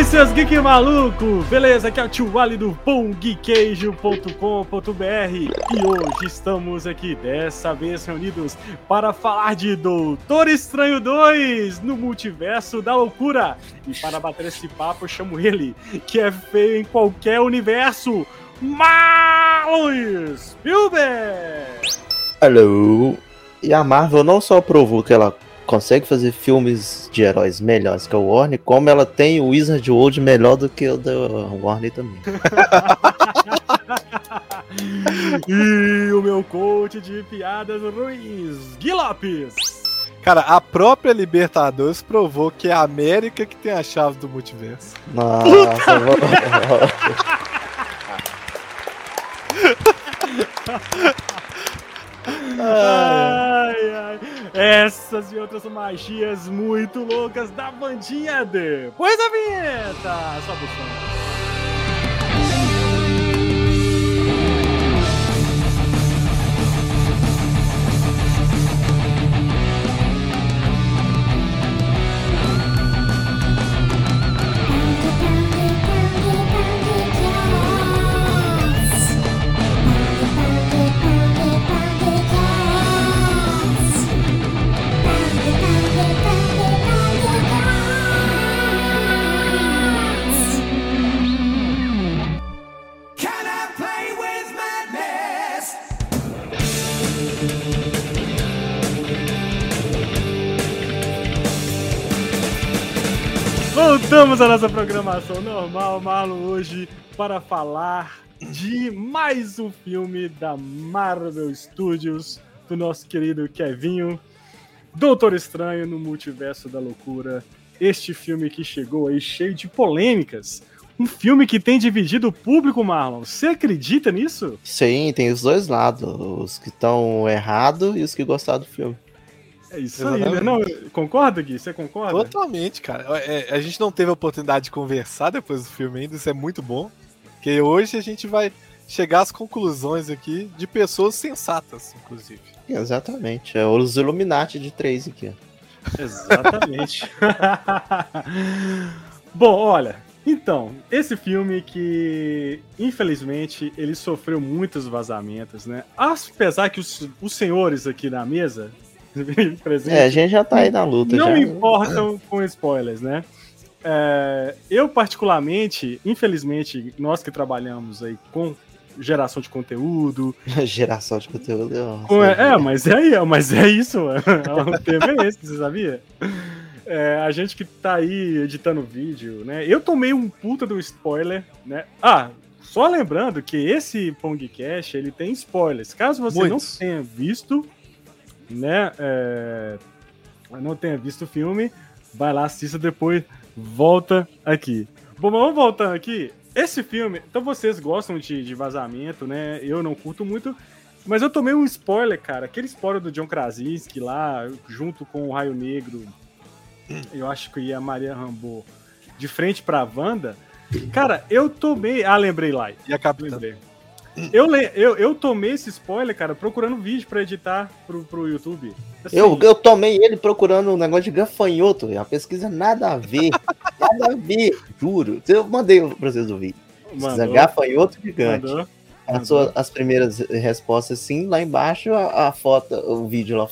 seus geek maluco! Beleza, aqui é o tio Wally do pongqueijo.com.br e hoje estamos aqui, dessa vez reunidos para falar de Doutor Estranho 2 no Multiverso da Loucura. E para bater esse papo, eu chamo ele, que é feio em qualquer universo, Marlon Spielberg! Hello! E a Marvel não só provou que ela consegue fazer filmes de heróis melhores que o Warner, como ela tem o Wizard World melhor do que o da Warner também. E o meu coach de piadas ruins, Gui Lopes. Cara, a própria Libertadores provou que é a América que tem a chave do multiverso. Nossa, Ai. Essas e outras magias muito loucas da bandinha depois da vinheta. Sobe o som. Voltamos à nossa programação normal, Marlon, hoje para falar de mais um filme da Marvel Studios, do nosso querido Kevinho, Doutor Estranho no Multiverso da Loucura. Este filme que chegou aí cheio de polêmicas, um filme que tem dividido o público, Marlon. Você acredita nisso? Sim, tem os dois lados, os que estão errados e os que gostaram do filme. É isso aí, né? Não, concorda, Gui? Você concorda? Totalmente, cara. A gente não teve a oportunidade de conversar depois do filme ainda, isso é muito bom. Porque hoje a gente vai chegar às conclusões aqui de pessoas sensatas, inclusive. Exatamente, é os Illuminati de 3 aqui. Exatamente. Bom, olha, então, esse filme que, infelizmente, ele sofreu muitos vazamentos, né? Apesar que os senhores aqui na mesa... a gente já tá aí na luta. Não já me importam com spoilers, né? Eu, particularmente, infelizmente, nós que trabalhamos aí com geração de conteúdo. Geração de conteúdo. Mas é isso, mano. O tema é esse, você sabia? A gente que tá aí editando vídeo, né? Eu tomei um puta do spoiler, né? Só lembrando que esse Pongcast, ele tem spoilers. Caso você não tenha visto, né? Não tenha visto o filme, vai lá, assista depois, volta aqui. Bom, mas vamos voltando aqui. Esse filme, então vocês gostam de vazamento, né? Eu não curto muito, mas eu tomei um spoiler, cara. Aquele spoiler do John Krasinski lá, junto com o Raio Negro, eu acho que ia a Maria Rambeau de frente pra Wanda. Cara, eu tomei... lembrei lá. E a Capitã? Lembrei. Eu tomei esse spoiler, cara, procurando vídeo pra editar pro YouTube. Assim, eu tomei ele procurando um negócio de gafanhoto. A pesquisa nada a ver. Nada a ver, juro. Eu mandei pra vocês ouvir. Pesquisa gafanhoto gigante. As primeiras respostas, sim, lá embaixo a foto, o vídeo lá.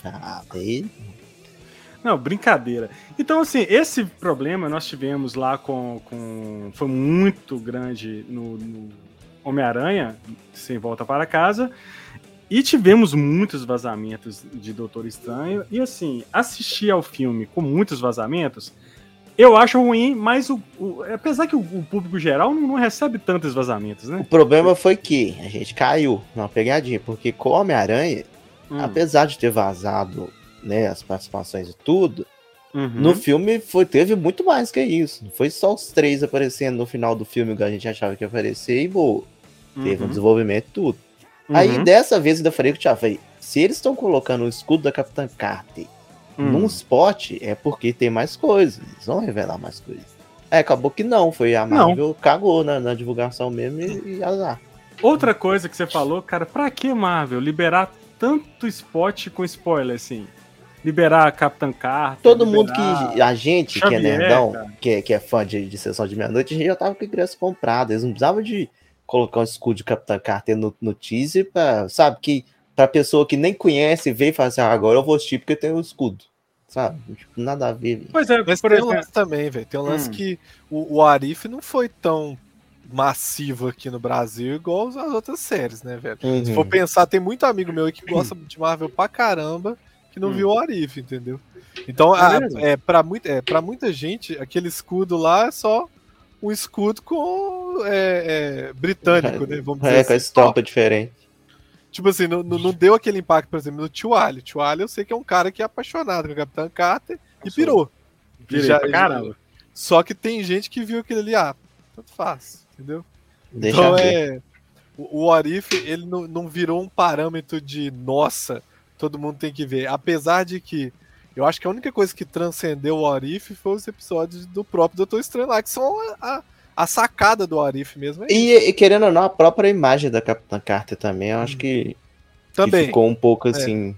Não, brincadeira. Então, assim, esse problema nós tivemos lá foi muito grande no Homem-Aranha, Sem Volta para Casa, e tivemos muitos vazamentos de Doutor Estranho, e assim, assistir ao filme com muitos vazamentos, eu acho ruim, mas apesar que o público geral não recebe tantos vazamentos, né? O problema foi que a gente caiu numa pegadinha, porque com o Homem-Aranha, apesar de ter vazado, né, as participações e tudo, no filme teve muito mais que isso. Não foi só os 3 aparecendo no final do filme que a gente achava que ia aparecer e boa. Teve um desenvolvimento e tudo. Aí dessa vez eu ainda falei com o Thiago, se eles estão colocando o escudo da Capitã Carter num spot, é porque tem mais coisas. Eles vão revelar mais coisas. Acabou que não. Foi a Marvel cagou na divulgação mesmo e azar. Outra coisa que você falou, cara, pra que Marvel liberar tanto spot com spoiler assim? liberar a Capitã Carter. Todo mundo que. A gente Xavier, que é nerdão, que é fã de Sessão de Meia-Noite, a gente já tava com o ingresso comprado. Eles não precisavam de colocar um escudo de Capitã Carter no teaser pra, sabe, que pra pessoa que nem conhece ver e fala assim, agora eu vou assistir porque tem o escudo. Sabe? Tipo, nada a ver. Véio. Pois é, mas tem um lance também, velho. Tem um lance que o Arif não foi tão massivo aqui no Brasil igual as outras séries, né, velho? Se for pensar, tem muito amigo meu aí que gosta de Marvel pra caramba que não viu o Arif, entendeu? Então, pra muita gente, aquele escudo lá é só um escudo com britânico, né? Vamos dizer com a estampa diferente. Tipo assim, não deu aquele impacto, por exemplo, no Tio Ali. Tio Ali eu sei que é um cara que é apaixonado com o Capitão Carter e pirou. Caramba. Só que tem gente que viu aquele ali, tanto faz, entendeu? Deixa então ver. O Arif, ele não virou um parâmetro de nossa, todo mundo tem que ver. Apesar de que eu acho que a única coisa que transcendeu o Arif foi os episódios do próprio Doutor Estranho lá, que são a sacada do Arif mesmo. E querendo ou não, a própria imagem da Capitã Carter também, eu acho que ficou um pouco assim.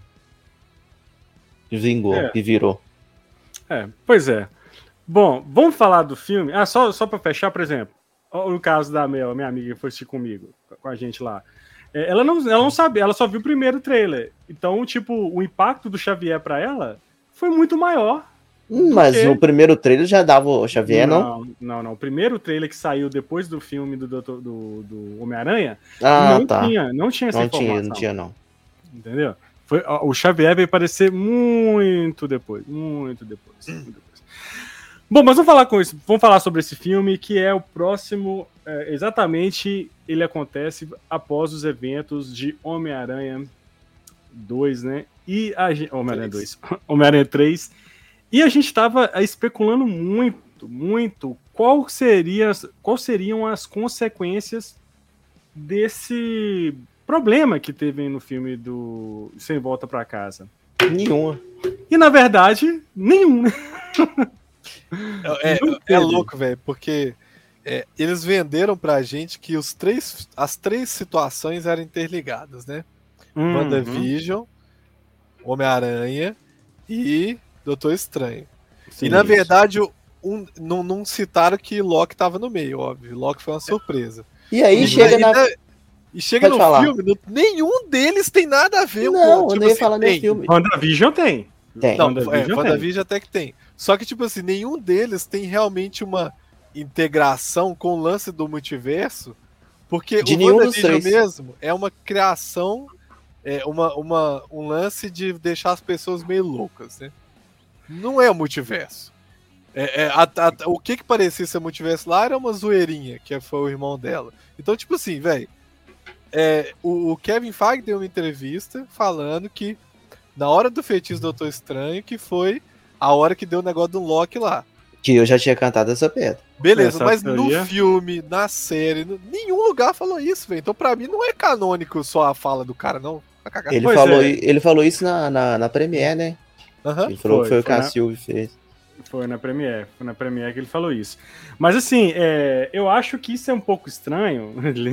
Vingou, que virou. Pois é. Bom, vamos falar do filme. Só pra fechar, por exemplo, o caso da Mel, minha amiga que foi assistir comigo, com a gente lá. Ela não sabia, ela só viu o primeiro trailer. Então, tipo, o impacto do Xavier pra ela foi muito maior. Mas no primeiro trailer já dava o Xavier, não? Não. O primeiro trailer que saiu depois do filme do Homem-Aranha não tinha essa informação. Não tinha, não. Entendeu? O Xavier veio aparecer muito depois. Muito depois. Bom, mas vamos falar sobre esse filme, que é o próximo. Exatamente, ele acontece após os eventos de Homem-Aranha 2, né? E Homem-Aranha 2. Homem-Aranha 3. E a gente estava especulando muito quais seriam as consequências desse problema que teve no filme do Sem Volta para Casa. Nenhuma. E na verdade, nenhum, né? É louco, velho, porque eles venderam pra gente que as três situações eram interligadas, né? WandaVision, Homem-Aranha e Doutor Estranho. Sim, e na verdade não citaram que Loki tava no meio, óbvio. Loki foi uma surpresa. E aí chega no filme, nenhum deles tem nada a ver com tipo, eu nem ia falar nesse filme. WandaVision tem. WandaVision até que tem. Só que, tipo assim, nenhum deles tem realmente uma integração com o lance do multiverso, porque de o WandaVision mesmo é uma criação, um lance de deixar as pessoas meio loucas, né? Não é o multiverso. O que parecia ser multiverso lá era uma zoeirinha, que foi o irmão dela. Então, tipo assim, velho, o Kevin Feige deu uma entrevista falando que na hora do feitiço do Doutor Estranho, que foi a hora que deu o negócio do Loki lá. Que eu já tinha cantado essa pedra. Beleza, mas no filme, na série, nenhum lugar falou isso, velho. Então pra mim não é canônico só a fala do cara, não. Ele falou isso na Premiere, né? Ele falou que foi o que a Sylvie fez. Foi na Premiere que ele falou isso. Mas assim, eu acho que isso é um pouco estranho,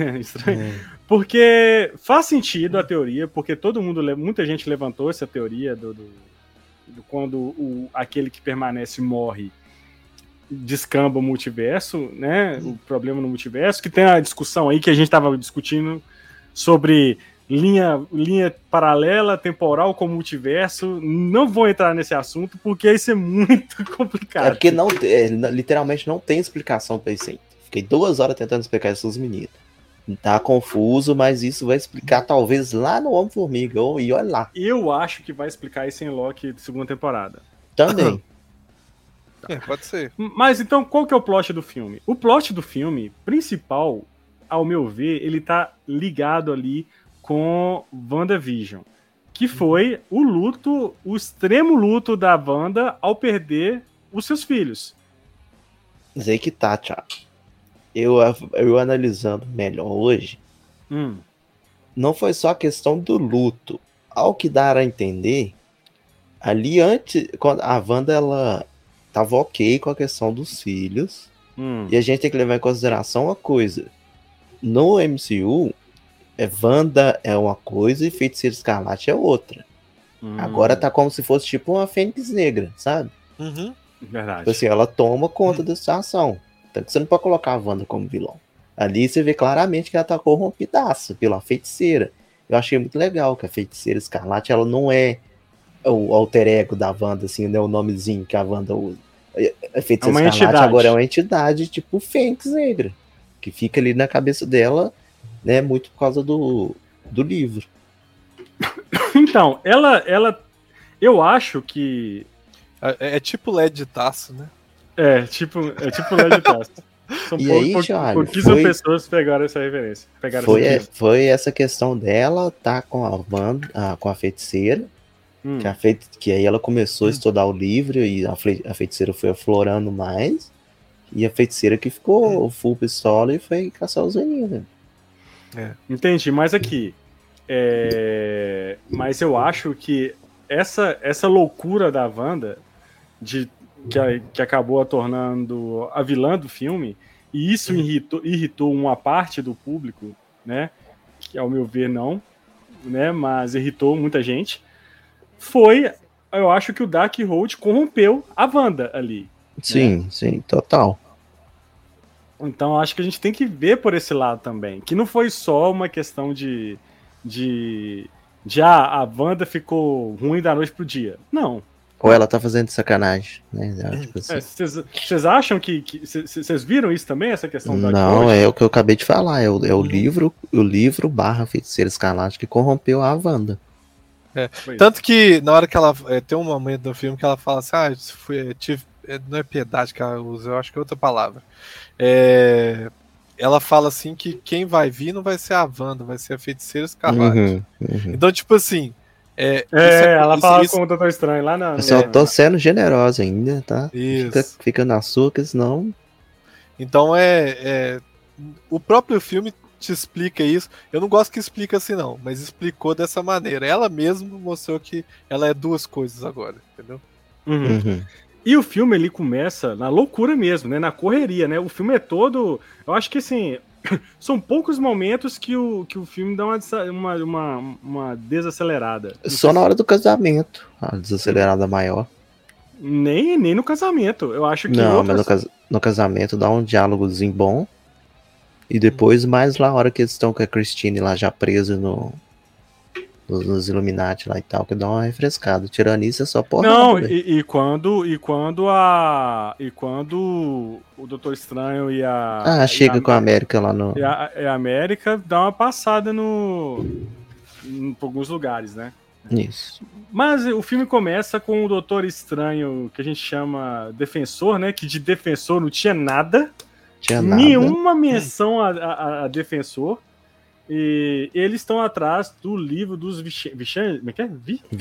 porque faz sentido a teoria, porque muita gente levantou essa teoria do quando aquele que permanece morre, descamba o multiverso, né? O problema no multiverso, que tem a discussão aí que a gente estava discutindo sobre linha paralela, temporal com multiverso. Não vou entrar nesse assunto porque isso é muito complicado. Porque literalmente não tem explicação para isso aí. Fiquei 2 horas tentando explicar isso aos meninos. Tá confuso, mas isso vai explicar talvez lá no Homem-Formiga. E olha lá. Eu acho que vai explicar isso em Loki de segunda temporada. Também. Pode ser. Mas então, qual que é o plot do filme? O plot do filme principal, ao meu ver, ele tá ligado ali com WandaVision, que foi o extremo luto da Wanda ao perder os seus filhos. Mas aí que tá, Thiago. Eu analisando melhor hoje, não foi só a questão do luto. Ao que dar a entender, ali antes, quando a Wanda, ela tava ok com a questão dos filhos, e a gente tem que levar em consideração uma coisa. No MCU, Wanda é uma coisa e Feiticeiro Escarlate é outra. Agora tá como se fosse tipo uma Fênix Negra, sabe? Verdade. Tipo assim, ela toma conta da situação. Então você não pode colocar a Wanda como vilão. Ali você vê claramente que ela tá corrompidaça pela feiticeira. Eu achei muito legal que a Feiticeira Escarlate, ela não é o alter ego da Wanda, assim, não é o nomezinho que a Wanda usa. A Feiticeira Escarlate entidade. agora é uma entidade tipo Fênix Negra, que fica ali na cabeça dela, né, muito por causa do livro. Então, eu acho que... É tipo LED de taço, né? É tipo LED de taço. São pouquíssimas pessoas pegaram essa referência. Foi essa questão dela tá com a Wanda, com a feiticeira, que aí ela começou a estudar o livro e a feiticeira foi aflorando mais, e a feiticeira que ficou full pistola e foi caçar os meninos. Entendi, mas aqui mas eu acho que essa loucura da Wanda que acabou a tornando a vilã do filme, e isso irritou uma parte do público, né? Que ao meu ver não, né? Mas irritou muita gente. Eu acho que o Darkhold corrompeu a Wanda ali. Sim, né? Sim, total. Então acho que a gente tem que ver por esse lado também, que não foi só uma questão de a Wanda ficou ruim da noite pro dia. Não. Ou ela tá fazendo sacanagem, né? Tipo assim. Vocês acham que vocês viram isso também, essa questão da Não, é o que eu acabei de falar, é o livro / Feiticeira Escarlate que corrompeu a Wanda. Tanto que na hora que ela tem um momento do filme que ela fala assim, não é piedade que ela usa, eu acho que é outra palavra. Ela fala assim que quem vai vir não vai ser a Wanda, vai ser a Feiticeira Escarlate. Então, tipo assim, ela fala com o Doutor Estranho lá na... Eu só tô sendo generosa ainda, tá? Isso. Fica na sua, que senão... Então o próprio filme te explica isso. Eu não gosto que explica assim não, mas explicou dessa maneira. Ela mesma mostrou que ela é duas coisas agora, entendeu? E o filme ele começa na loucura mesmo, né? Na correria, né? O filme é todo... Eu acho que assim... São poucos momentos que o filme dá uma desacelerada. Só na hora do casamento, a desacelerada maior. Nem no casamento. Eu acho que. Não, mas no casamento dá um diálogozinho bom. E depois, mais lá, a hora que eles estão com a Christine lá já presa nos Illuminati lá e tal, que dá uma refrescada. Tirando isso, é só porra. Não, e quando o Doutor Estranho e a... chega com a América lá no... E a América dá uma passada em alguns lugares, né? Isso. Mas o filme começa com o Doutor Estranho, que a gente chama Defensor, né? Que de Defensor não tinha nada. Nenhuma menção a Defensor. E eles estão atrás do livro dos Vichante. Como é que é?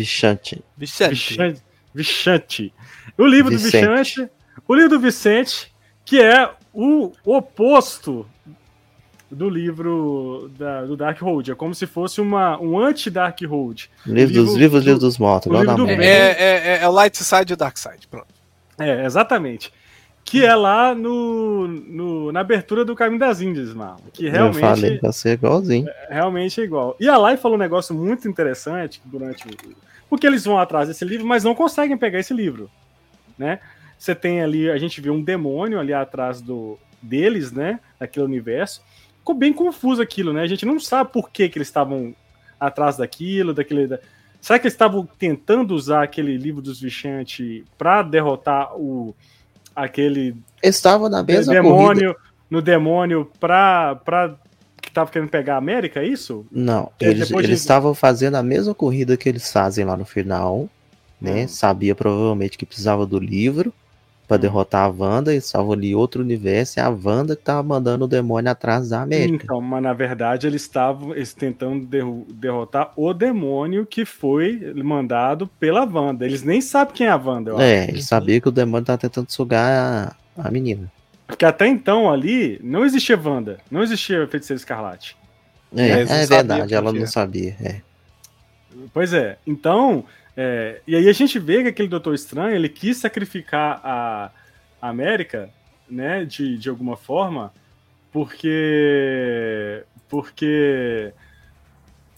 Vichante. O livro do Vichante. O livro do Vicente, que é o oposto do livro do Darkhold. É como se fosse um anti-Darkhold. Livro dos mortos. É o Light Side e o Dark Side. Pronto. Exatamente. Que é lá na abertura do Caminho das Índias, mano. Que realmente. Eu falei pra ser igualzinho. Realmente é igual. E a Lai falou um negócio muito interessante porque eles vão atrás desse livro, mas não conseguem pegar esse livro. Né? Você tem ali, a gente vê um demônio ali atrás deles, né? Daquele universo. Ficou bem confuso aquilo, né? A gente não sabe por que eles estavam atrás daquilo, Será que eles estavam tentando usar aquele livro dos Vichantes pra derrotar aquele estava na mesma demônio pra que tava querendo pegar a América, é isso? Não, eles estavam fazendo a mesma corrida que eles fazem lá no final, né? Sabia provavelmente que precisava do livro pra derrotar a Wanda, e estavam ali outro universo, e a Wanda que tava mandando o demônio atrás da América. Então, mas na verdade eles estavam tentando derrotar o demônio que foi mandado pela Wanda. Eles nem sabem quem é a Wanda, eu acho. Eles sabiam que o demônio tava tentando sugar a menina. Porque até então ali não existia Wanda, não existia Feiticeira Escarlate. É verdade, ela não sabia. Pois é, então... e aí a gente vê que aquele Doutor Estranho, ele quis sacrificar a América, né, de alguma forma, porque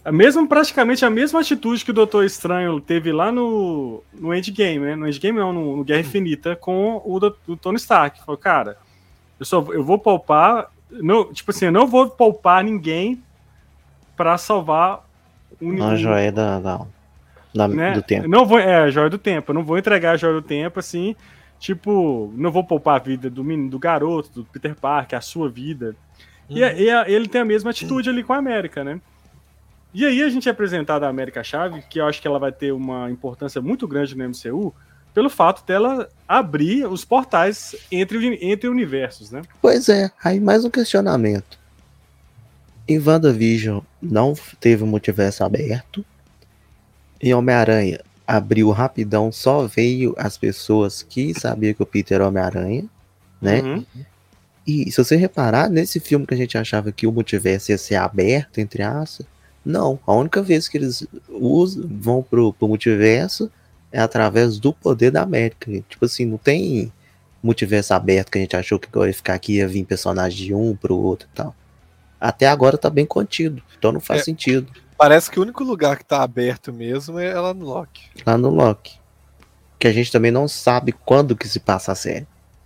praticamente a mesma atitude que o Doutor Estranho teve lá no Endgame, né? No Endgame não, no Guerra Infinita, com o Tony Stark. Falou, cara, eu vou poupar, não, tipo assim, eu não vou poupar ninguém pra salvar a joia né? do tempo. Não vou, a joia do tempo. Eu não vou entregar a joia do tempo, assim, tipo, não vou poupar a vida do garoto, do Peter Parker, a sua vida. E ele tem a mesma atitude ali com a América, né? E aí a gente é apresentado a América Chave, que eu acho que ela vai ter uma importância muito grande no MCU, pelo fato dela abrir os portais entre universos, né? Pois é, aí mais um questionamento. Em WandaVision não teve o multiverso aberto. Em Homem-Aranha abriu rapidão, só veio as pessoas que sabiam que o Peter era Homem-Aranha, né? Uhum. E se você reparar, nesse filme que a gente achava que o multiverso ia ser aberto, entre aspas, não. A única vez que eles vão pro multiverso é através do poder da América. Tipo assim, não tem multiverso aberto que a gente achou que ia ficar aqui, ia vir personagem de um pro outro e tal. Até agora tá bem contido, então não faz sentido. Parece que o único lugar que tá aberto mesmo é lá no Loki. Lá no Loki. Que a gente também não sabe quando que se passa a série.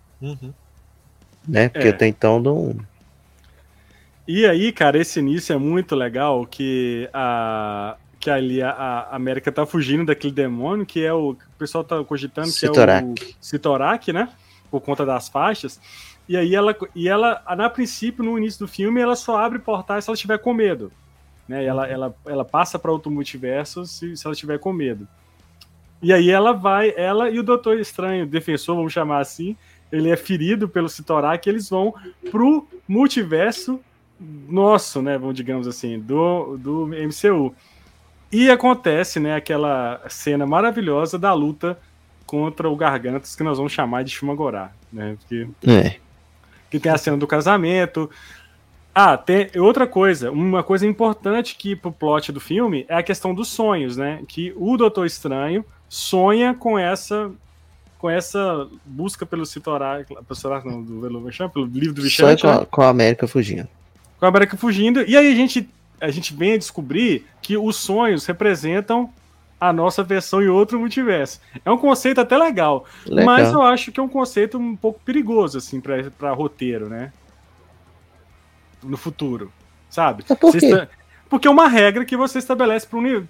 Né? Porque até então não... E aí, cara, esse início é muito legal, que ali a América tá fugindo daquele demônio, que é o pessoal tá cogitando Sitorak. que é o Sitorak, né? Por conta das faixas. E aí ela, na princípio, no início do filme, ela só abre portais se ela estiver com medo. Né? Ela passa para outro multiverso se ela estiver com medo. E aí ela e o Doutor Estranho, defensor, vamos chamar assim, ele é ferido pelo Sitorak, eles vão pro multiverso nosso, né, digamos assim, do MCU. E acontece, né, aquela cena maravilhosa da luta contra o Gargantos, que nós vamos chamar de Shumagorá, né, que tem a cena do casamento. Tem outra coisa, uma coisa importante que pro plot do filme é a questão dos sonhos, né, que o Doutor Estranho sonha com essa busca pelo Sitorak, pelo livro do Vichante. Só com a América fugindo. Com a América fugindo, e aí a gente vem a descobrir que os sonhos representam a nossa versão em outro multiverso. É um conceito até legal, mas eu acho que é um conceito um pouco perigoso, assim, pra roteiro, né? No futuro, sabe? Por quê? Porque é uma regra que você estabelece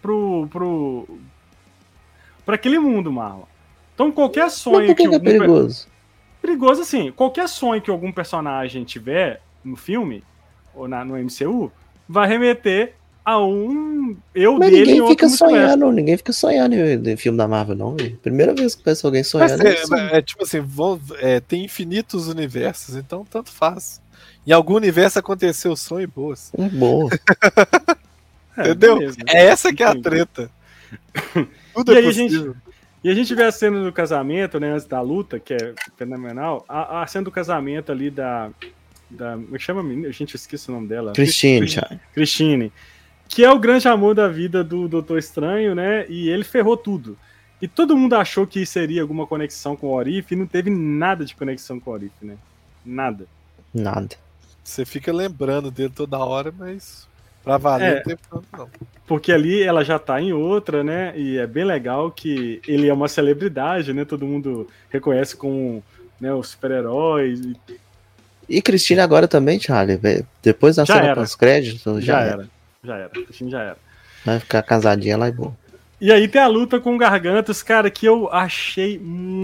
pra aquele mundo, Marlon. Então qualquer sonho... Mas por que é perigoso? Perigoso, assim, qualquer sonho que algum personagem tiver no filme, ou no MCU, vai remeter a um Mas dele em outro multiverso. Ninguém fica sonhando em filme da Marvel, não. Primeira vez que pensa alguém sonhando. Tipo assim, tem infinitos universos, então tanto faz. Em algum universo aconteceu o sonho, boa. Boa. Entendeu? Essa que é a treta. Tudo é possível. E a gente vê a cena do casamento, né, antes da luta, que é fenomenal. A cena do casamento ali como é que chama a menina? Gente, eu esqueci o nome dela. Christine. Que é o grande amor da vida do Doutor Estranho, né? E ele ferrou tudo. E todo mundo achou que seria alguma conexão com o Orif, e não teve nada de conexão com o Orif, né? Nada. Você fica lembrando dele toda hora, mas pra valer o tempo não. Porque ali ela já tá em outra, né? E é bem legal que ele é uma celebridade, né? Todo mundo reconhece como, né, o super-herói. E Cristina agora também, Charlie. Depois da cena com os créditos, já era. Cristina já era. Vai ficar casadinha lá e boa. E aí tem a luta com o Gargantos, cara, que eu achei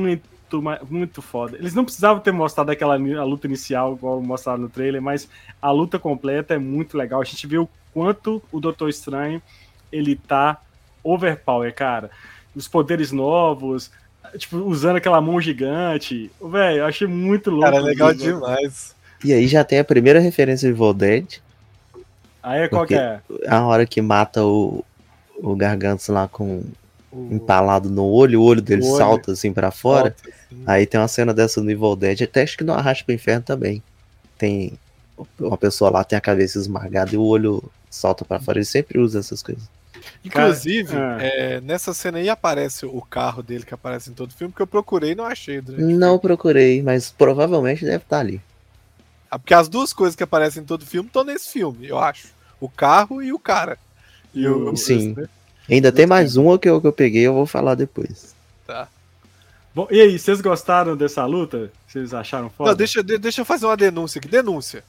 muito foda. Eles não precisavam ter mostrado a luta inicial, igual mostraram no trailer, mas a luta completa é muito legal. A gente vê o quanto o Doutor Estranho, ele tá overpower, cara. Os poderes novos, tipo, usando aquela mão gigante. Velho, eu achei muito louco. Cara, é legal demais. E aí já tem a primeira referência de Evil Dead. Aí qual que é? A hora que mata o Gargantos lá com empalado no olho, o olho dele salta assim pra fora. Aí tem uma cena dessa no Evil Dead, até acho que no Arrasto pro Inferno também. Tem uma pessoa lá, tem a cabeça esmagada e o olho salta pra fora. Ele sempre usa essas coisas. Inclusive, nessa cena aí aparece o carro dele que aparece em todo o filme, que eu procurei e não achei. Não procurei, mas provavelmente deve estar ali. Porque as duas coisas que aparecem em todo o filme estão nesse filme, eu acho. O carro e o cara. Sim. Ainda tem mais uma que eu peguei, eu vou falar depois. Tá. Bom, e aí, vocês gostaram dessa luta? Vocês acharam foda? Não, deixa eu fazer uma denúncia aqui. Denúncia.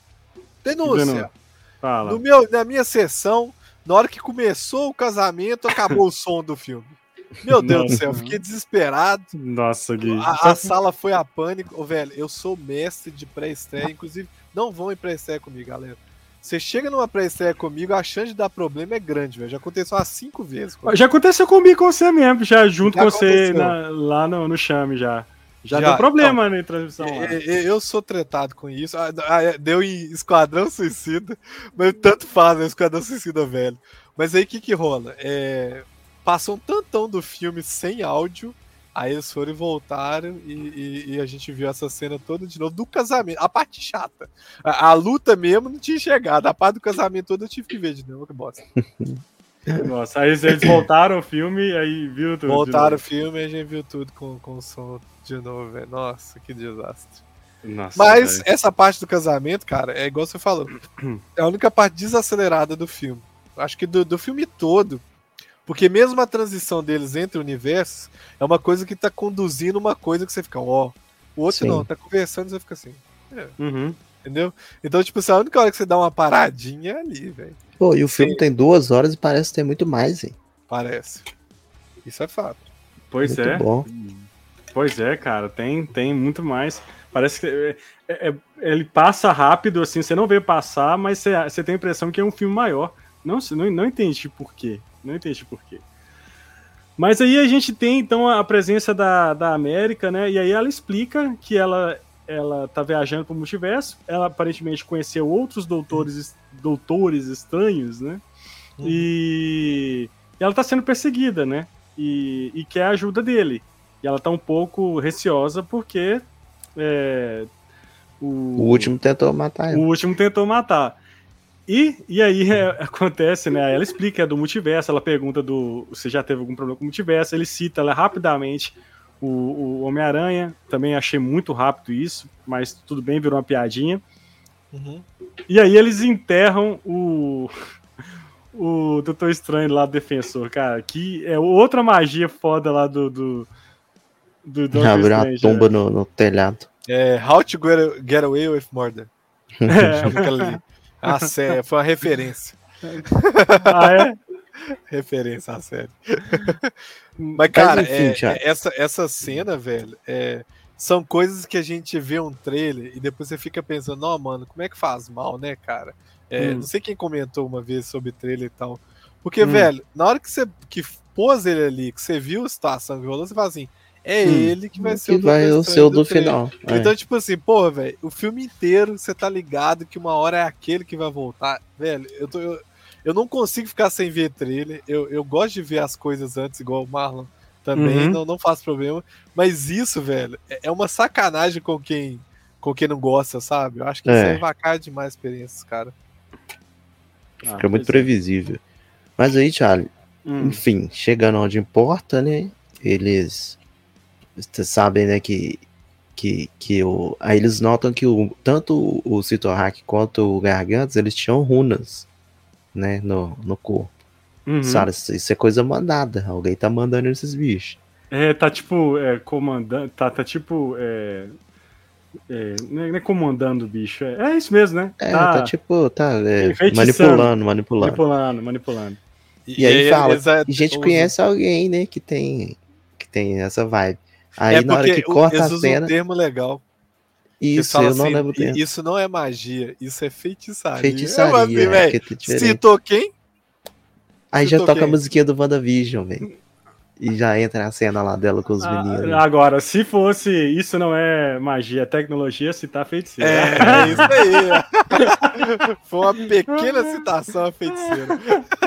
Fala. Na minha sessão, na hora que começou o casamento, acabou o som do filme. Meu Deus do céu, eu fiquei desesperado. Nossa, Gui. A sala foi a pânico. Velho, eu sou mestre de pré-estreia. Inclusive, não vão em pré-estreia comigo, galera. Você chega numa pré-estreia comigo, a chance de dar problema é grande, velho. Já aconteceu umas 5 vezes. Comigo. Já aconteceu comigo com você mesmo, já junto com você lá no Chame, já. Já deu problema então, na transmissão. Eu sou tretado com isso. Deu em Esquadrão Suicida, mas tanto faz, né? Esquadrão Suicida velho. Mas aí o que rola? Passou um tantão do filme sem áudio, aí eles foram e voltaram e a gente viu essa cena toda de novo do casamento. A parte chata. A luta mesmo não tinha chegado. A parte do casamento toda eu tive que ver de novo, que bosta. Nossa, aí eles voltaram o filme, aí viu tudo. Voltaram o filme e a gente viu tudo com o som de novo, velho. Nossa, que desastre. Nossa, mas essa parte do casamento, cara, é igual você falou. É a única parte desacelerada do filme. Acho que do filme todo. Porque mesmo a transição deles entre universos é uma coisa que tá conduzindo uma coisa que você fica, ó. O outro não, tá conversando e você fica assim. Entendeu? Então, tipo, a única hora que você dá uma paradinha é ali, velho. Pô, e o filme tem 2 horas e parece ter muito mais, hein? Parece. Isso é fato. Pois muito bom. Pois é, cara, tem muito mais. Parece que ele passa rápido, assim, você não vê passar, mas você tem a impressão que é um filme maior. Não entendi por quê. Não entendi por quê. Mas aí a gente tem, então, a presença da América, né? E aí ela explica que ela tá viajando pro multiverso. Ela aparentemente conheceu outros doutores estranhos, né? E ela tá sendo perseguida, né? E quer a ajuda dele. E ela tá um pouco receosa porque o último tentou matar ela. O último tentou matar. E aí acontece, né? Ela explica do multiverso, ela pergunta você já teve algum problema com o multiverso, ele cita ela rapidamente o Homem-Aranha, também achei muito rápido isso, mas tudo bem, virou uma piadinha. E aí eles enterram o Doutor Estranho lá do Defensor, cara, que é outra magia foda lá do Doutor Estranho. A tomba no telhado. How to Get Away with Murder. Chama aquela ali. A série, foi uma referência. Ah, é? Referência à série. Mas, cara, essa cena, velho, são coisas que a gente vê um trailer e depois você fica pensando, não, mano, como é que faz mal, né, cara? Não sei quem comentou uma vez sobre trailer e tal. Porque, velho, na hora que você pôs ele ali, que você viu a situação que rolou, você fala assim, ele que vai ser o do final. Então, tipo assim, porra, velho, o filme inteiro você tá ligado que uma hora é aquele que vai voltar. Velho, eu não consigo ficar sem ver trailer. Eu gosto de ver as coisas antes, igual o Marlon também, não faço problema. Mas isso, velho, é uma sacanagem com quem não gosta, sabe? Eu acho que isso é vacar demais experiências, cara. Fica muito previsível. Mas aí, Charlie, enfim, chegando onde importa, né? Eles sabem, né, que aí eles notam que tanto o Sitorak quanto o Gargantos, eles tinham runas, né, no corpo. Sabe, isso é coisa mandada. Alguém tá mandando esses bichos. Tá tipo comandando. Tá tipo. Não é comandando o bicho. É isso mesmo, né? Tá tipo. Manipulando. E aí fala. E a gente conhece alguém, né, que tem essa vibe. Aí na hora que corta a cena. Um termo legal. Isso, eu não lembro o termo. Isso não é magia, isso é feitiçaria. Feitiçaria. Citou quem? Aí já toca a musiquinha do WandaVision, velho. E já entra a cena lá dela com os meninos. Agora, se fosse isso não é magia, é tecnologia, citar feiticeira. É isso aí. Foi uma pequena citação a feiticeira.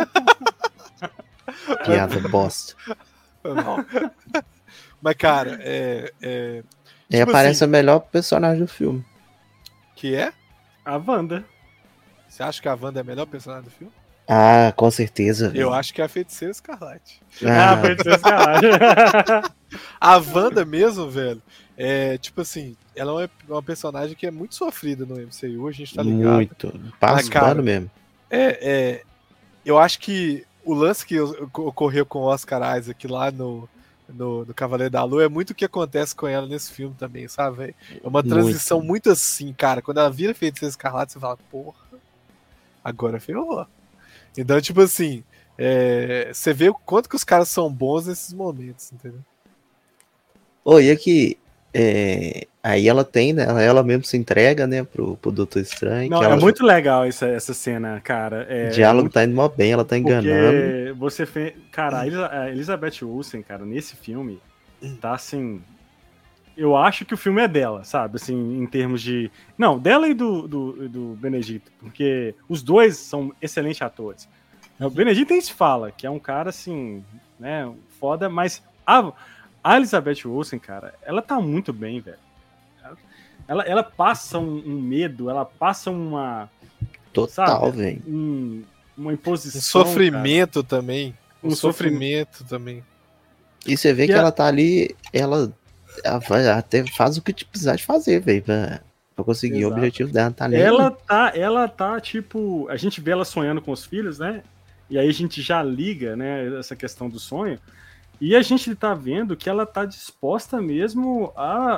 Piada bosta. Não. Mas, cara, tipo aparece assim, a melhor personagem do filme. Que é? A Wanda. Você acha que a Wanda é a melhor personagem do filme? Ah, com certeza. Véio. Eu acho que é a Feiticeira Escarlate. A Feiticeira Escarlate. A Wanda mesmo, velho, tipo assim, ela é uma personagem que é muito sofrida no MCU, a gente tá ligado. Muito. Passa mesmo. Eu acho que o lance que ocorreu com o Oscar Isaac lá no Cavaleiro da Lua é muito o que acontece com ela nesse filme também, sabe, véio? É uma transição muito assim, cara. Quando ela vira Feiticeira Escarlate, você fala, porra, agora ferrou. Então, tipo assim, você vê o quanto que os caras são bons nesses momentos, entendeu? E aqui, aí ela tem, né? Ela mesmo se entrega, né, pro Doutor Estranho. Não, é muito legal essa cena, cara. O diálogo tá indo mó bem, ela tá enganando. Você fez. Cara, a Elizabeth Olsen, cara, nesse filme, tá assim. Eu acho que o filme é dela, sabe? Assim, em termos de. Não, dela e do Benedito, porque os dois são excelentes atores. O Benedito nem se fala, que é um cara assim, né, foda, mas a Elizabeth Olsen, cara, ela tá muito bem, velho. Ela passa um medo, ela passa uma. Total, velho. Uma imposição. Um sofrimento, cara. Também. Um sofrimento também. E você vê que ela tá ali, ela até faz o que precisar de fazer, velho, pra conseguir o objetivo dela. Tá ali. Ela tá, tipo. A gente vê ela sonhando com os filhos, né? E aí a gente já liga, né, essa questão do sonho. E a gente tá vendo que ela tá disposta mesmo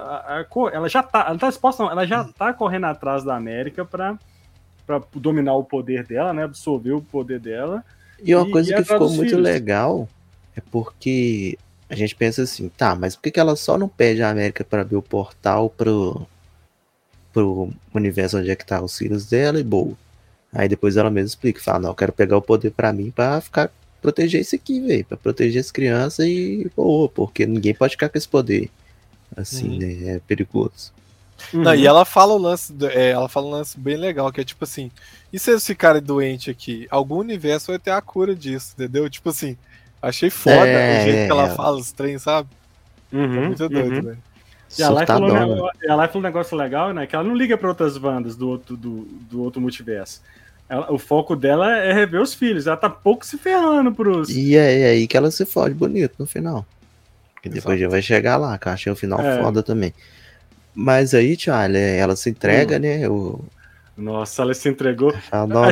ela já tá disposta, não, ela já tá correndo atrás da América pra dominar o poder dela, né, absorver o poder dela. E uma coisa que ficou muito legal é porque a gente pensa assim, tá, mas por que ela só não pede a América para abrir o portal pro universo onde é que tá os filhos dela e boa. Aí depois ela mesma explica, fala, não, eu quero pegar o poder pra mim pra proteger isso aqui, velho, pra proteger as crianças e boa, porque ninguém pode ficar com esse poder assim, né, é perigoso. Não, e ela fala um lance bem legal, que é tipo assim, e se eles ficarem doentes aqui, algum universo vai ter a cura disso, entendeu? Tipo assim, achei foda o jeito que ela fala os trem, sabe? É muito doido, velho. E a Lai falou um negócio legal, né, que ela não liga pra outras bandas do outro multiverso. O foco dela é rever os filhos, ela tá pouco se ferrando pros... E é aí que ela se fode bonito no final. E depois já vai chegar lá, que eu achei o final foda também. Mas aí, tia, ela se entrega, né? Nossa, ela se entregou. A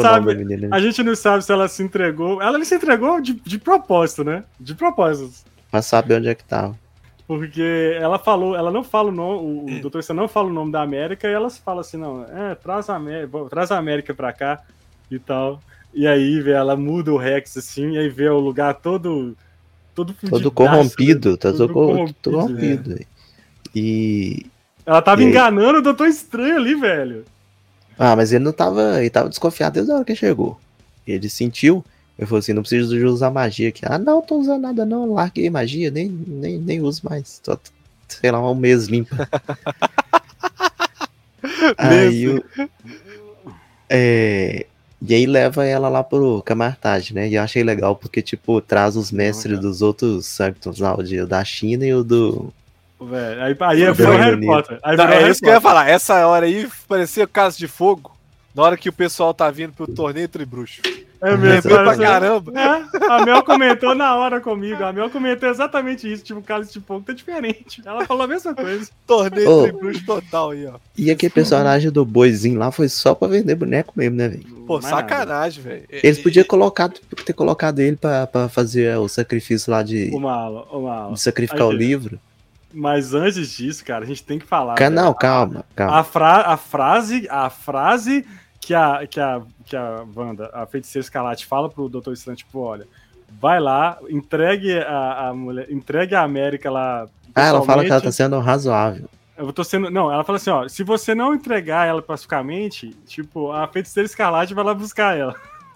gente não sabe se ela se entregou. Ela se entregou de propósito, né? De propósito. Pra saber onde é que tava. Porque ela não fala o nome, o Doutor Estranho não fala o nome da América, e ela fala assim, não, traz a América pra cá e tal. E aí, vê, ela muda o Rex, assim, e aí vê o lugar todo corrompido, tá todo corrompido. Né? E... Ela tava enganando o Doutor Estranho ali, velho. Mas ele tava desconfiado desde a hora que chegou. Ele sentiu, ele falou assim, não preciso de usar magia aqui. Não tô usando nada não, larguei magia, nem uso mais. Só, sei lá, um mês limpa. E aí leva ela lá pro Camartage, né? E eu achei legal porque, tipo, traz os mestres dos outros Sanctums lá, o da China e o do... Velho, aí virou Harry Potter. É isso que eu ia falar. Essa hora aí parecia Casa de Fogo, na hora que o pessoal tá vindo pro torneio Tribruxo. É mesmo, pra caramba. A Mel comentou na hora comigo. A Mel comentou exatamente isso. Tipo, o Cálice de Fogo tá diferente. Ela falou a mesma coisa. Torneio Tribruxo total aí, ó. E aquele personagem do boizinho lá foi só pra vender boneco mesmo, né, velho? Pô, sacanagem, velho. Eles podiam ter colocado ele pra fazer o sacrifício lá de... de sacrificar o livro. Mas antes disso, cara, a gente tem que falar. Não, calma. A frase que a Wanda, a Feiticeira Escarlate, fala pro Doutor Estranho, tipo, olha, vai lá, entregue a América lá. Ela fala que ela tá sendo razoável. Ela fala assim, ó, se você não entregar ela pacificamente, tipo, a Feiticeira Escarlate vai lá buscar ela.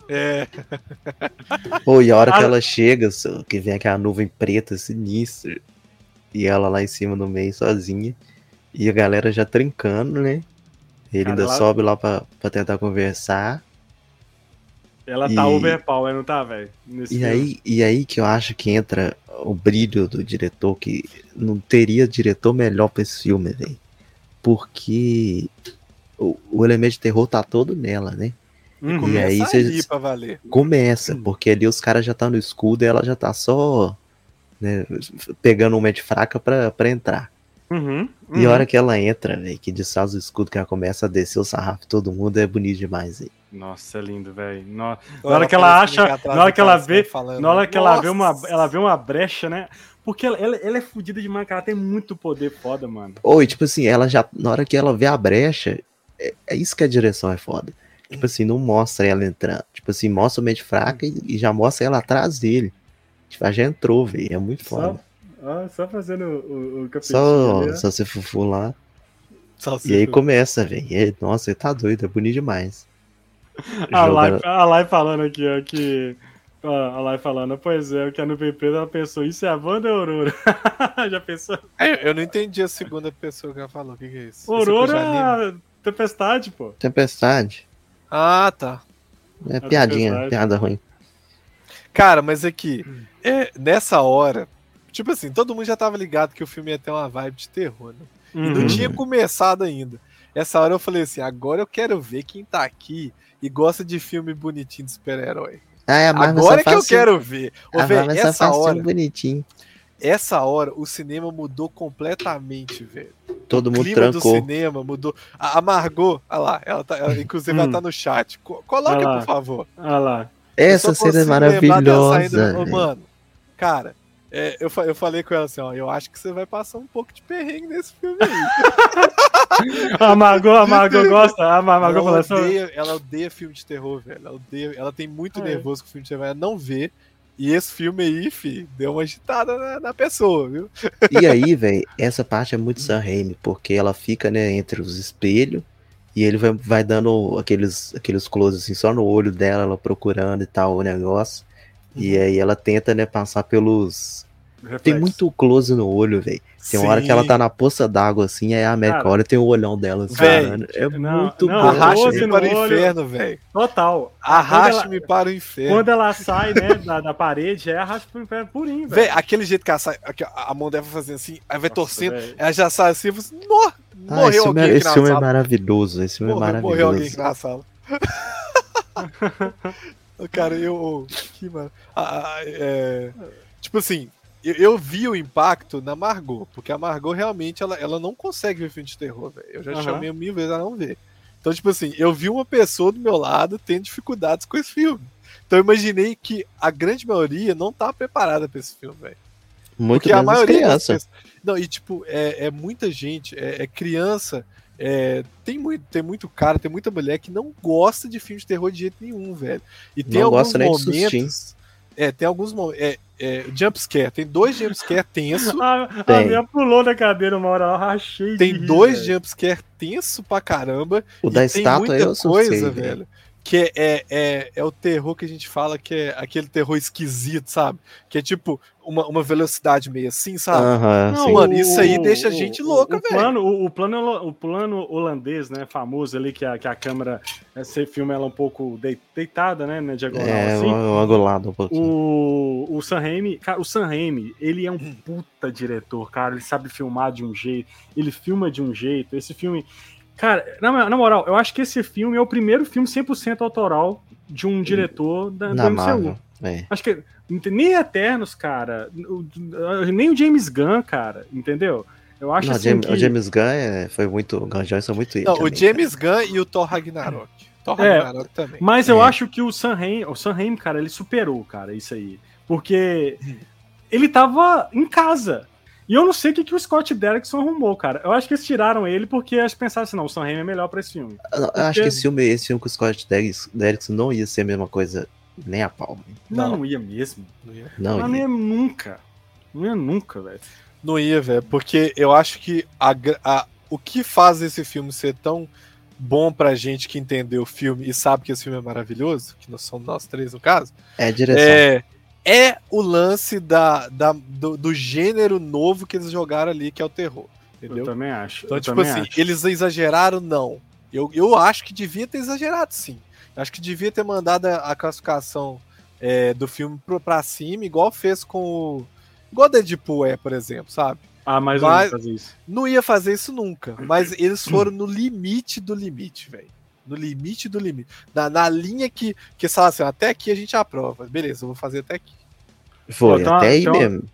E a hora que ela chega, que vem aquela nuvem preta sinistra, e ela lá em cima no meio sozinha, e a galera já trincando, né? Ele ainda sobe lá pra tentar conversar. Ela tá overpower, não tá, velho? E aí que eu acho que entra o brilho do diretor, que não teria diretor melhor pra esse filme, velho. Porque o elemento de terror tá todo nela, né? E aí você começa, porque ali os caras já estão no escudo e ela já tá só, né, pegando uma de fraca pra entrar. E a hora que ela entra, velho, que desfaz o escudo, que ela começa a descer o sarrafo, todo mundo é bonito demais, velho. Nossa, é lindo, velho. Na hora que ela acha, na hora que ela vê, na hora que ela vê uma brecha, né? Porque ela é fodida demais, cara, ela tem muito poder foda, mano. Oi, tipo assim, ela já, na hora que ela vê a brecha, é isso que a direção é foda. Tipo assim, não mostra ela entrando. Tipo assim, mostra o mente fraca e já mostra ela atrás dele. Tipo, ela já entrou, velho. É muito foda. Só fazendo o capetinho. Só você fufu lá. E aí começa, velho. Nossa, ele tá doido, é bonito demais. A Lai falando aqui, ó, que... A Lai falando, pois é, o que a Nuvem Preta, ela pensou, isso é a Wanda ou Aurora? Já pensou? Eu não entendi a segunda pessoa que ela falou, o que é isso? Aurora, Tempestade, pô. Tempestade. Ah, tá. É piadinha, piada ruim. Cara, mas aqui, nessa hora, tipo assim, todo mundo já tava ligado que o filme ia ter uma vibe de terror, né? E não tinha começado ainda. Essa hora eu falei assim, agora eu quero ver quem tá aqui e gosta de filme bonitinho de super-herói. Agora que eu quero ver. Essa hora o cinema mudou completamente, velho. Todo mundo trancou. O clima do cinema mudou. A Margot, olha lá, inclusive ela tá no chat. Coloca, por favor. Olha lá. Essa cena é maravilhosa. Mano, cara, eu falei com ela assim, ó, eu acho que você vai passar um pouco de perrengue nesse filme aí. A Margot gosta. Ela odeia filme de terror, velho. Ela tem muito nervoso com filme de terror, ela não vê. E esse filme aí, fi, deu uma agitada na pessoa, viu? E aí, velho, essa parte é muito Sam Raimi, porque ela fica, né, entre os espelhos, e ele vai dando aqueles close assim, só no olho dela, ela procurando e tal, o negócio. E aí ela tenta, né, passar pelos... Reflexo. Tem muito close no olho, velho. Tem uma hora que ela tá na poça d'água, assim, aí a América olha, tem o olhão dela, assim, é muito bom. Arraste-me para o inferno, velho. Total. Arraste-me para o inferno. Quando ela sai, né, da parede, arraste para o inferno purinho, velho. Aquele jeito que ela sai, a mão dela vai fazendo assim, aí vai torcendo, ela já sai assim, você... morreu alguém aqui na sala. Esse filme é maravilhoso, esse filme é maravilhoso. Morreu alguém aqui na sala. Cara, que mano. Tipo assim, eu vi o impacto na Margot, porque a Margot realmente ela não consegue ver filme de terror, velho. Eu já chamei 1000 vezes a não ver. Então, tipo assim, eu vi uma pessoa do meu lado tendo dificuldades com esse filme. Então eu imaginei que a grande maioria não tá preparada pra esse filme, velho. Porque a maioria criança. Não, e tipo, muita gente, criança, tem muito cara, tem muita mulher que não gosta de filme de terror de jeito nenhum, velho. E tem alguns momentos. Tem alguns momentos. Jumpscare, tem 2 jumpscare tenso. A minha pulou da cadeira uma hora, eu rachei. Tem 2 jumpscare tenso pra caramba. O da estátua eu coisa, velho. Que é o terror que a gente fala que é aquele terror esquisito, sabe? Que é tipo uma velocidade meio assim, sabe? Não, mano, isso aí deixa a gente louca, velho. O plano holandês, né, famoso ali, que a câmera, você filma ela um pouco deitada, né, na diagonal, assim. Angulado um pouquinho. O Sam Raimi, cara, ele é um puta diretor, cara, ele sabe filmar de um jeito, ele filma de um jeito, esse filme... Cara, na moral, eu acho que esse filme é o primeiro filme 100% autoral de um diretor do MCU. Acho que nem Eternos, cara, nem o James Gunn, cara, entendeu? Eu acho assim o James Gunn foi muito... O Gunn são muito... Não, o James Gunn e o Thor Ragnarok. Thor Ragnarok também. Mas eu acho que o Sam Raimi, cara, ele superou, cara, isso aí. Porque ele tava em casa. E eu não sei o que o Scott Derrickson arrumou, cara. Eu acho que eles tiraram ele porque eles pensaram assim, não, o Sam Raimi é melhor pra esse filme. Eu acho que esse filme com o Scott Derrickson não ia ser a mesma coisa nem a pau. Não ia mesmo. Não ia nunca. Não ia nunca, velho. Não ia, velho, porque eu acho que o que faz esse filme ser tão bom pra gente que entendeu o filme e sabe que esse filme é maravilhoso, que nós somos nós 3 no caso, é a direção. É o lance do gênero novo que eles jogaram ali, que é o terror. Entendeu? Eu também acho. Então, tipo assim, eles exageraram, não. Eu acho que devia ter exagerado, sim. Eu acho que devia ter mandado a classificação do filme pra cima, igual fez com igual Deadpool por exemplo, sabe? Mas não ia fazer isso. Não ia fazer isso nunca. Mas eles foram no limite do limite, velho. No limite do limite. Na linha que fala assim, até aqui a gente aprova. Beleza, eu vou fazer até aqui. Foi, até aí mesmo.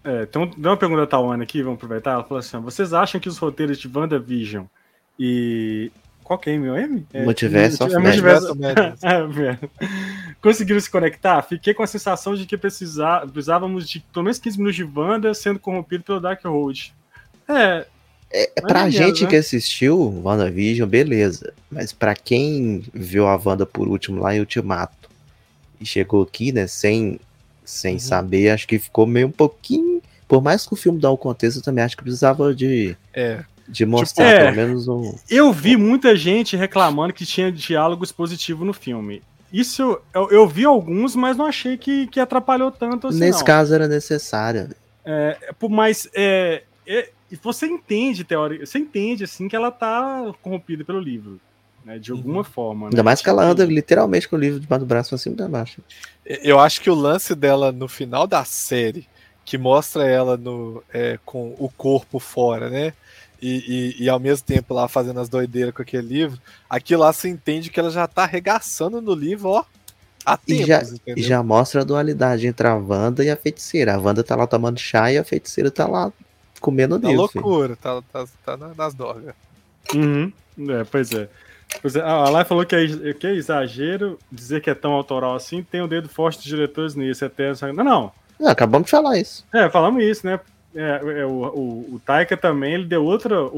Então, dá uma pergunta da Tawana aqui, vamos aproveitar. Ela falou assim: vocês acham que os roteiros de WandaVision e. Qual que é MOM? Multiverso of Madness. Conseguiram se conectar? Fiquei com a sensação de que precisávamos de pelo menos 15 minutos de Wanda sendo corrompido pelo Darkhold. Pra gente, né, que assistiu WandaVision, beleza. Mas pra quem viu a Wanda por último lá em Ultimato e chegou aqui, né, sem saber, acho que ficou meio um pouquinho. Por mais que o filme dá o contexto, eu também acho que precisava de mostrar pelo menos um. Eu vi muita gente reclamando que tinha diálogo expositivo no filme. Isso eu vi alguns, mas não achei que atrapalhou tanto assim. Nesse caso era necessário. Mas você entende, você entende assim que ela tá corrompida pelo livro, né, de alguma forma. Ainda mais que ela anda literalmente com o livro debaixo do braço assim pra baixo. Eu acho que o lance dela no final da série, que mostra ela com o corpo fora, né? E ao mesmo tempo lá fazendo as doideiras com aquele livro, aquilo lá você entende que ela já tá arregaçando no livro, ó, há tempos, e já mostra a dualidade entre a Wanda e a feiticeira. A Wanda tá lá tomando chá e a feiticeira tá lá comendo o livro. Loucura, tá nas drogas. Pois é. A Lai falou que é exagero dizer que é tão autoral assim, tem o dedo forte dos diretores nisso. Não. Acabamos de falar isso. Falamos isso, né? O Taika também, ele deu outra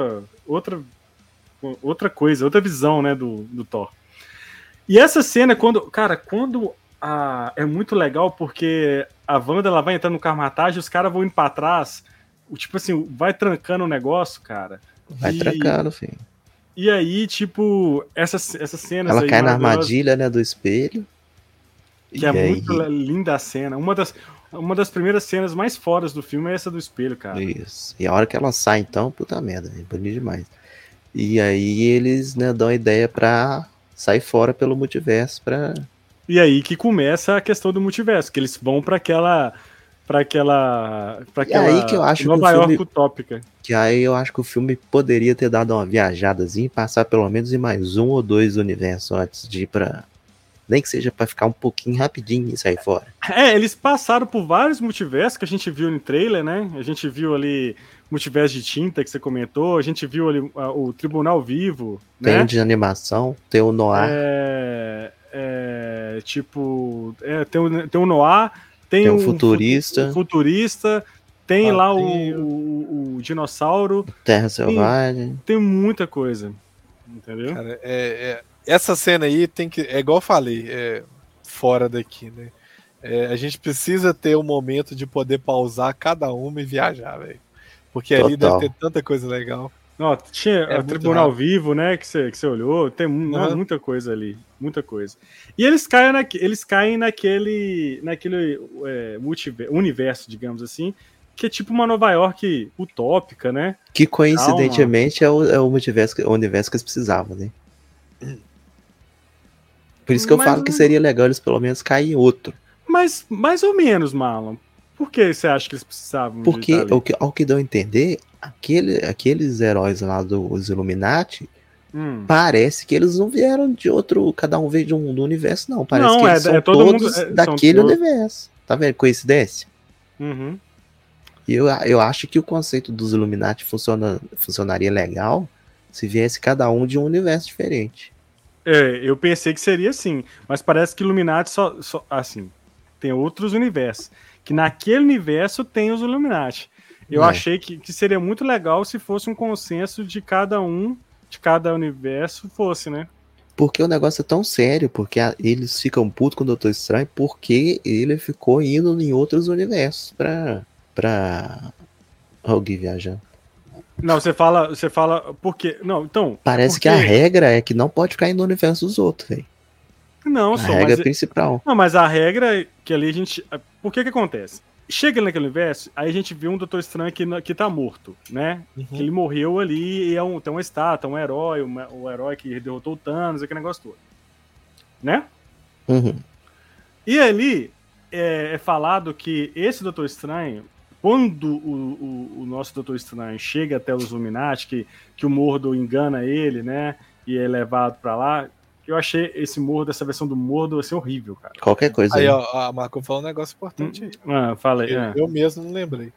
coisa, outra visão, né, do Thor. E essa cena, é muito legal, porque a Wanda, ela vai entrando no Carmatagem, os caras vão indo pra trás, tipo assim, vai trancando o negócio, cara. Vai trancando, filho. E aí, tipo, essas cenas ela aí... cai na armadilha, né, do espelho. Que é muito linda a cena. Uma das primeiras cenas mais fodas do filme é essa do espelho, cara. Isso. E a hora que ela sai, então, puta merda, é bonito demais. E aí eles, né, dão a ideia pra sair fora pelo multiverso. E aí que começa a questão do multiverso, que eles vão pra aquela e aí que eu acho Nova York utópica. Que aí eu acho que o filme poderia ter dado uma viajadazinha e passar pelo menos em mais 1 ou 2 universos antes de ir pra... Nem que seja pra ficar um pouquinho rapidinho e sair fora. Eles passaram por vários multiversos que a gente viu no trailer, né? A gente viu ali multiverso de tinta que você comentou, a gente viu ali o Tribunal Vivo, tem, né? Um de animação, tem o Noir. Tem o Noir, tem o Futurista. Tem lá o Dinossauro. Terra Selvagem. Tem muita coisa, entendeu? Cara, essa cena aí tem que... É igual eu falei, fora daqui, né? A gente precisa ter um momento de poder pausar cada uma e viajar, velho. Porque ali deve ter tanta coisa legal. Não, tinha o Tribunal Vivo, né, que você olhou, tem muita coisa ali, muita coisa. E eles caem naquele universo, digamos assim, que é tipo uma Nova York utópica, né? Que coincidentemente é o universo que eles precisavam, né? Por isso que eu falo que seria legal eles pelo menos caírem em outro. Mas mais ou menos, Marlon. Por que você acha que eles precisavam? Porque, ao que deu a entender, aqueles heróis lá dos Illuminati, parece que eles não vieram de outro, cada um veio do universo, não. Parece que eles são todos daquele universo. Tá vendo? Coincidência? Uhum. E eu acho que o conceito dos Illuminati funcionaria legal se viesse cada um de um universo diferente. Eu pensei que seria assim, mas parece que Illuminati só assim, tem outros universos. Que naquele universo tem os Illuminati. Eu achei que seria muito legal se fosse um consenso de cada universo fosse, né? Porque o negócio é tão sério, porque eles ficam putos com o Doutor Estranho, porque ele ficou indo em outros universos pra alguém viajar. Não, você fala porque... Não, então... Parece que a regra é que não pode ficar indo no universo dos outros, velho. Não, a regra principal. Não, mas a regra é que ali a gente... Por que acontece? Chega naquele universo, aí a gente vê um Doutor Estranho que tá morto, né? Uhum. Que ele morreu ali e tem uma estátua, um herói, o herói que derrotou o Thanos, aquele negócio todo. Né? Uhum. E ali é falado que esse Doutor Estranho, quando o nosso Doutor Estranho chega até os Illuminati, que o Mordo engana ele, né? E é levado pra lá, eu achei esse Mordo, essa versão do Mordo, assim, horrível, cara. Qualquer coisa aí. Ó, a Marco falou um negócio importante aí. Fala aí. Eu mesmo não lembrei.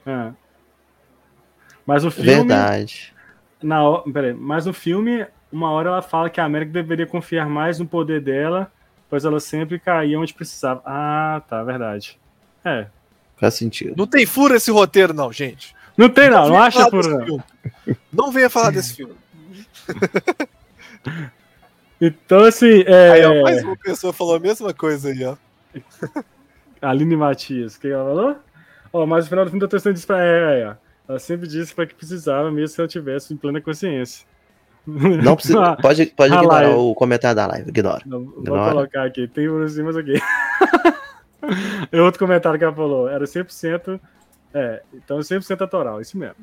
Mas o filme... Verdade. Mas no filme, uma hora ela fala que a América deveria confiar mais no poder dela, pois ela sempre caía onde precisava. Ah, tá, verdade. Faz sentido. Não tem furo esse roteiro, não, gente. Não tem, não acha furo, não. Não venha falar desse filme. Então, assim... Aí, ó, mais uma pessoa falou a mesma coisa aí, ó. Aline Matias, quem ela falou? Mas no final do filme da Testão disse pra ela, ela sempre disse pra que precisava, mesmo se ela tivesse em plena consciência. Não precisa, pode ignorar o comentário da live, ignora. Vou colocar aqui, tem por cima aqui. E outro comentário que ela falou, era 100%, então 100% autoral, isso mesmo.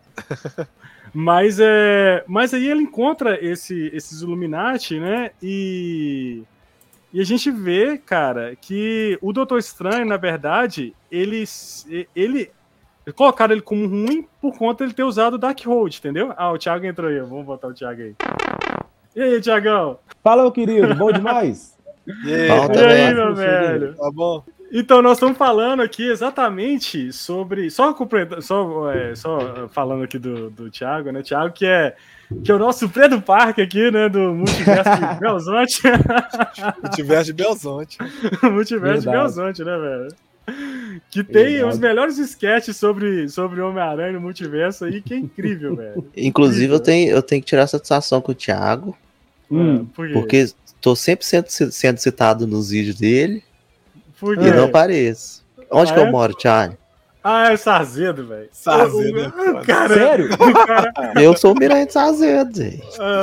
Mas aí ele encontra esses Illuminati, né, e a gente vê, cara, que o Doutor Estranho, na verdade, ele colocaram ele como ruim por conta de ele ter usado o Darkhold, entendeu? O Thiago entrou aí, vamos botar o Thiago aí. E aí, Thiagão? Fala, meu querido, bom demais? E aí, meu velho? Tá bom. Então, nós estamos falando aqui exatamente sobre... Só falando aqui do Thiago, né? Thiago que é o nosso Pedro Parque aqui, né? Do Multiverso de Belzonte. Multiverso de Belzonte. Multiverso de Belzonte, né, velho? Que tem os melhores sketches sobre Homem-Aranha no multiverso aí, que é incrível, velho. Inclusive, eu tenho que tirar satisfação com o Thiago. Porque tô sempre sendo citado nos vídeos dele. E não apareço. Onde que eu moro, Thiago? É Sarzedo, velho. Sarzedo. Cara, sério? Eu sou o Miranha de Sarzedo, gente.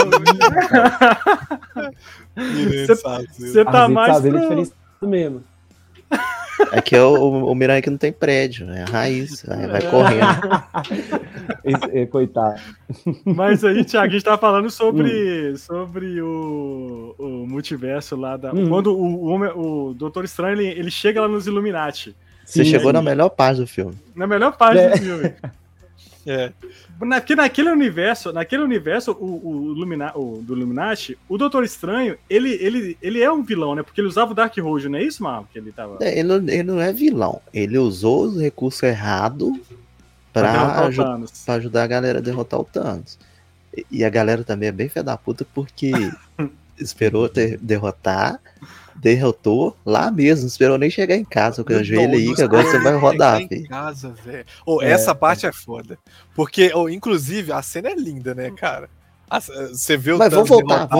Você tá mais pro... é mesmo. É que o Miranha que não tem prédio, é a raiz, vai correndo. Coitado. Mas aí, Thiago, a gente tá falando sobre o multiverso lá da... Quando o Doutor Estranho, ele chega lá nos Illuminati. Você chegou na melhor parte do filme. Na melhor parte do filme. Naquele universo do Illuminati, o Doutor Estranho, ele é um vilão, né? Porque ele usava o Darkhold, não é isso, Marco? Que ele tava... Ele não é vilão. Ele usou os recursos errados pra ajudar a galera a derrotar o Thanos. E a galera também é bem fé da puta porque esperou derrotou lá mesmo, não esperou nem chegar em casa, porque eu joelho aí que agora você vai rodar, filho. Casa, velho. Essa parte é foda. Porque, inclusive, a cena é linda, né, cara? Você vê o Mas vamos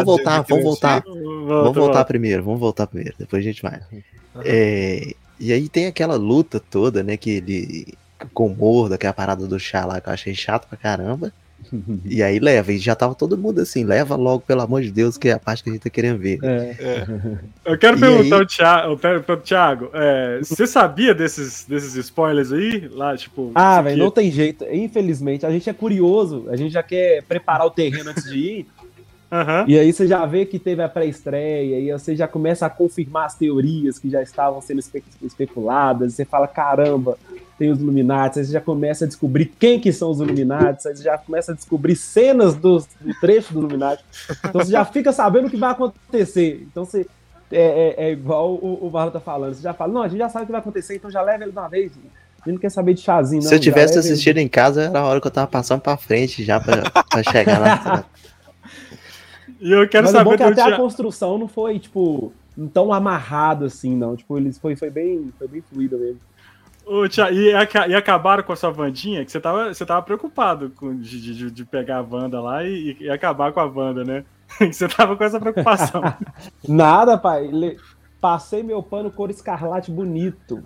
voltar primeiro, depois a gente vai. E aí tem aquela luta toda, né, que ele com o Mordo, que é a parada do chá lá, que eu achei chato pra caramba. E aí e já tava todo mundo assim, leva logo, pelo amor de Deus, que é a parte que a gente tá querendo ver. Eu quero perguntar ao Thiago, você sabia desses spoilers aí? Lá, tipo... velho, não tem jeito. Infelizmente, a gente é curioso, a gente já quer preparar o terreno antes de ir. E aí você já vê que teve a pré-estreia, e você já começa a confirmar as teorias que já estavam sendo especuladas, e você fala, caramba, tem os Illuminati, aí você já começa a descobrir quem que são os Illuminati, aí você já começa a descobrir cenas do trecho do Illuminati, então você já fica sabendo o que vai acontecer. Então você é igual o Marlon tá falando, você já fala, não, a gente já sabe o que vai acontecer, então já leva ele de uma vez, a gente não quer saber de chazinho, não. Se eu tivesse assistido em casa, era a hora que eu tava passando pra frente já pra chegar lá. E eu quero saber até a construção não foi, tipo, tão amarrado assim, não. Tipo, eles foi bem fluido mesmo. E acabaram com a sua Wandinha, que você tava preocupado de pegar a Wanda lá e acabar com a Wanda, né? Você tava com essa preocupação. Nada, pai. Passei meu pano cor escarlate bonito.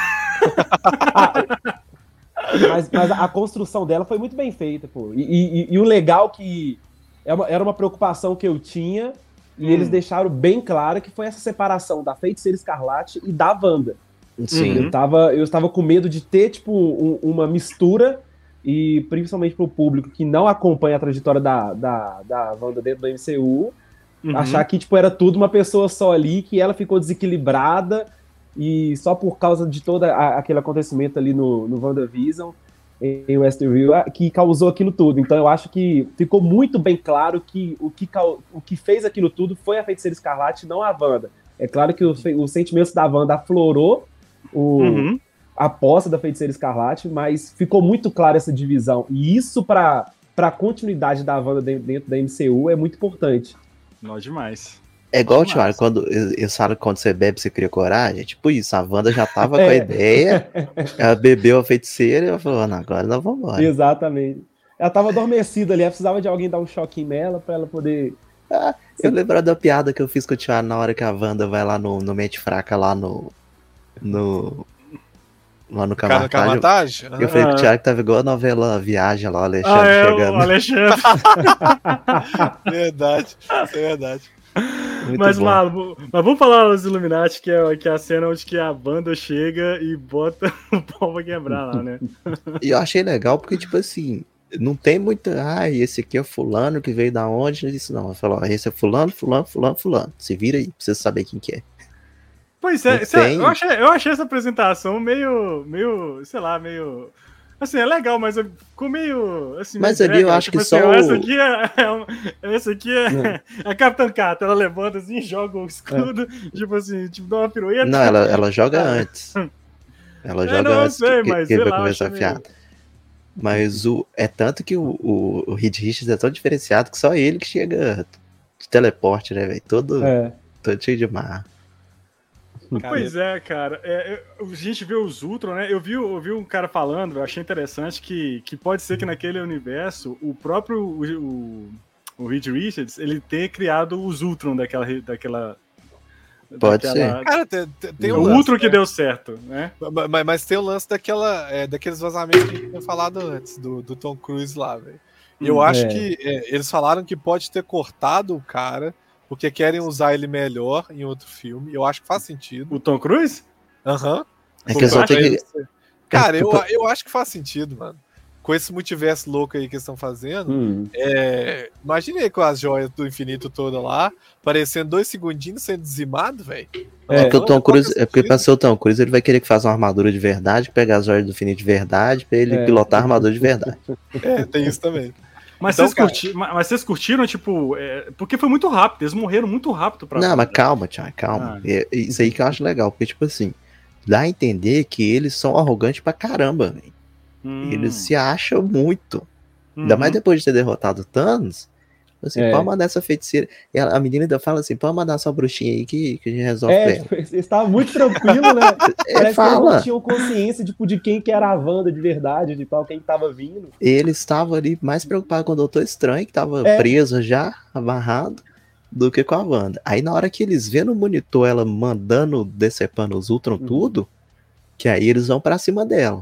Mas a construção dela foi muito bem feita, pô. E o legal que... Era uma preocupação que eu tinha, e eles deixaram bem claro que foi essa separação da Feiticeira Escarlate e da Wanda. Sim. Eu estava com medo de ter, tipo, uma mistura, e principalmente pro público que não acompanha a trajetória da Wanda dentro do MCU, achar que, tipo, era tudo uma pessoa só ali, que ela ficou desequilibrada, e só por causa de todo aquele acontecimento ali no WandaVision, em Westview que causou aquilo tudo. Então eu acho que ficou muito bem claro que o que fez aquilo tudo foi a Feiticeira Escarlate, não a Wanda. É claro que os sentimentos da Wanda aflorou a aposta da Feiticeira Escarlate, mas ficou muito clara essa divisão. E isso para a continuidade da Wanda dentro da MCU é muito importante. Não demais. É igual, Tiago, quando eu falo que quando você bebe, você cria coragem. Tipo isso, a Wanda já tava com a ideia, ela bebeu a feiticeira e ela falou, não, agora nós vamos embora. Exatamente. Ela tava adormecida ali, ela precisava de alguém dar um choquinho nela pra ela poder... Eu lembro da piada que eu fiz com o Tiago na hora que a Wanda vai lá no Mente Fraca, lá no Camartage. Eu falei que o Thiago tava igual a novela Viagem lá, o Alexandre chegando. O Alexandre. Verdade, isso é verdade. Mas vamos falar dos Illuminati, que é a cena onde que a Wanda chega e bota o pau pra quebrar lá, né? E eu achei legal porque, tipo assim, não tem muita... esse aqui é fulano que veio da onde? Isso não. Ela falou, esse é fulano. Se vira aí, pra você saber quem que é. Pois é, eu achei essa apresentação meio, sei lá, meio... Assim, é legal, mas ficou meio... Assim, mas meio ali eu acho que assim, só essa aqui é a Capitã Carter, ela levanta assim, joga o escudo, tipo assim, dá uma pirueta. Não, ela joga antes. Ela joga antes que ele vai começar a fiar. Mas é tanto que o Reed Richards é tão diferenciado que só ele que chega de teleporte, né, velho? Todo cheio de mar. Pois é, cara. A gente vê os Ultron, né? Eu vi um cara falando, eu achei interessante que pode ser que naquele universo o próprio o Reed Richards ele tenha criado os Ultron daquela pode ser. Cara, tem o Ultron que deu certo, né? Mas tem o lance daqueles vazamentos que a gente tinha falado antes, do Tom Cruise lá, velho. Eu acho que eles falaram que pode ter cortado o cara porque querem usar ele melhor em outro filme. Eu acho que faz sentido. O Tom Cruise? Aham. É que eu só tenho que... Cara, eu acho que faz sentido, mano. Com esse multiverso louco aí que eles estão fazendo. Imagine aí com as joias do infinito toda lá, aparecendo 2 segundinhos sendo dizimado, velho. Porque o Tom Cruise, porque pra ser o Tom Cruise, ele vai querer que faça uma armadura de verdade, pegar as joias do infinito de verdade, pra ele pilotar a armadura de verdade. Tem isso também. Mas, então, vocês curtiram, tipo... porque foi muito rápido, eles morreram muito rápido. Não, mas calma, Thiago, calma. Isso aí que eu acho legal, porque, tipo assim, dá a entender que eles são arrogantes pra caramba, velho. Eles se acham muito. Ainda mais depois de ter derrotado o Thanos. Assim, pode mandar essa feiticeira. E a menina ainda fala assim, pode mandar sua bruxinha aí que a gente resolve ela. Eles estavam muito tranquilos, né? Parece que eles não tinham consciência de quem que era a Wanda de verdade, de quem tava vindo. Eles estavam ali mais preocupados com o Doutor Estranho, que tava preso já, amarrado, do que com a Wanda. Aí na hora que eles vê no monitor ela mandando, decepando os Ultron tudo, que aí eles vão pra cima dela.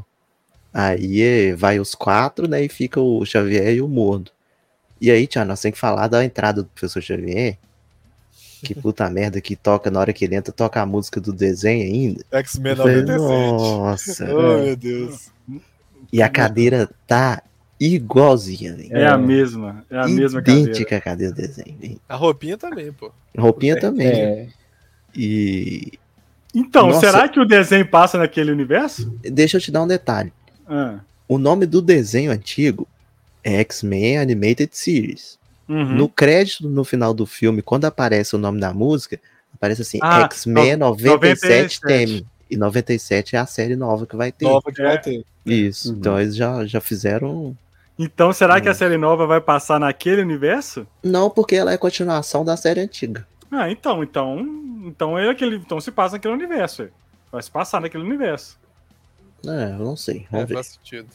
Aí vai os 4, né, e fica o Xavier e o Mordo. E aí, Tiago, nós temos que falar da entrada do Professor Xavier. Que puta merda que toca, na hora que ele entra, toca a música do desenho ainda. X-Men 97. Nossa. Meu Deus. E a cadeira tá igualzinha, véio. É a mesma cadeira. Idêntica a cadeira do desenho, véio. A roupinha também, pô. A roupinha também. E... Então, será que o desenho passa naquele universo? Deixa eu te dar um detalhe. O nome do desenho antigo é X-Men Animated Series. No crédito, no final do filme, quando aparece o nome da música, aparece assim, X-Men 97 Theme. E 97 é a série nova que vai ter. Isso, então eles já fizeram... Então, será que a série nova vai passar naquele universo? Não, porque ela é continuação da série antiga. Então se passa naquele universo. Vai se passar naquele universo. Eu não sei. Vamos ver. Faz sentido.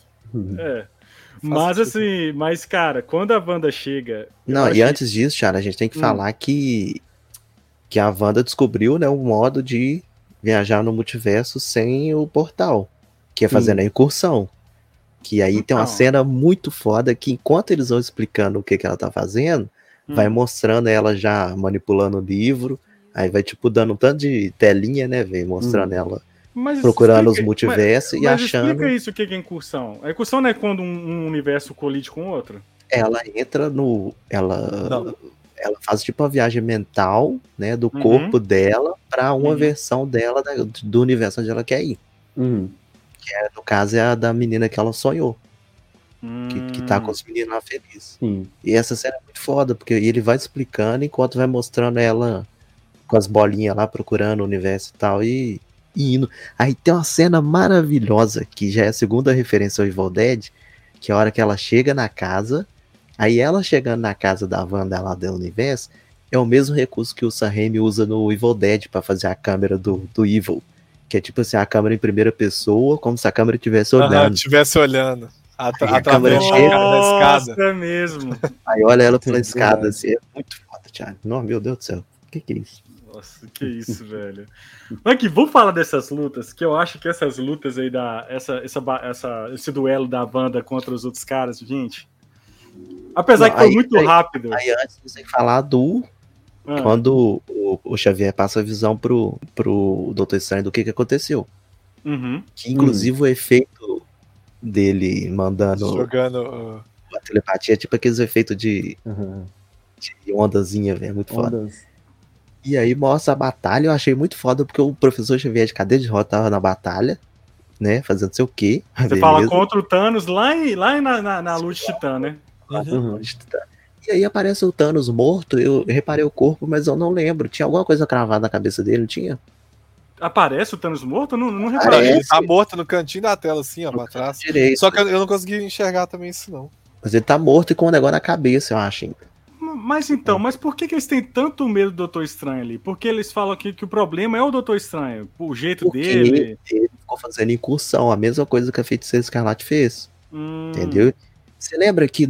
Mas, cara, quando a Wanda chega... Não, e antes disso, Thiago, a gente tem que falar que a Wanda descobriu, né, um modo de viajar no multiverso sem o portal, que é fazendo a incursão. Que aí tem uma cena muito foda que enquanto eles vão explicando o que ela tá fazendo, vai mostrando ela já manipulando o livro, aí vai, tipo, dando um tanto de telinha, né, velho, mostrando ela... procurando os multiversos e achando... Explica isso, o que é incursão. A incursão não é quando um universo colide com o outro? Ela entra no... Ela faz tipo uma viagem mental, né, do corpo dela pra uma versão dela do universo onde ela quer ir. Que no caso é a da menina que ela sonhou. Que tá com os meninos lá felizes. Sim. E essa cena é muito foda, porque ele vai explicando enquanto vai mostrando ela com as bolinhas lá, procurando o universo e tal, e indo. Aí tem uma cena maravilhosa, que já é a segunda referência ao Evil Dead, que é a hora que ela chega na casa, aí ela chegando na casa da Wanda lá do universo, é o mesmo recurso que o Sam Raimi usa no Evil Dead pra fazer a câmera do Evil, que é tipo assim, a câmera em primeira pessoa, como se a câmera estivesse olhando. Estivesse olhando. A câmera chega na escada. Nossa, é mesmo. Aí olha ela pela escada, assim, é muito foda, Thiago. Não, meu Deus do céu, o que é isso? Nossa, que isso, velho. Mas aqui, vamos falar dessas lutas, que eu acho que essas lutas aí, esse duelo da Wanda contra os outros caras, gente, apesar que foi muito rápido. Aí antes você tem que falar do... Quando o Xavier passa a visão pro Doutor Estranho do que aconteceu. Que inclusive o efeito dele mandando... Jogando... A telepatia é tipo aqueles efeitos de ondazinha, velho, muito foda. E aí mostra a batalha, eu achei muito foda, porque o professor Xavier de cadeira de roda tava na batalha, né, fazendo não sei o quê. Você fala contra o Thanos lá na Lua de Titã, né? E aí aparece o Thanos morto, eu reparei o corpo, mas eu não lembro. Tinha alguma coisa cravada na cabeça dele, não tinha? Aparece o Thanos morto? Eu não reparei. Ele tá morto no cantinho da tela, assim, ó, pra trás. Direito. Só que eu não consegui enxergar também isso, não. Mas ele tá morto e com um negócio na cabeça, eu acho. Mas então, por que eles têm tanto medo do Doutor Estranho ali? Porque eles falam que o problema é o Doutor Estranho, o jeito dele. Ele ficou fazendo incursão, a mesma coisa que a Feiticeira Escarlate fez. Entendeu? Você lembra que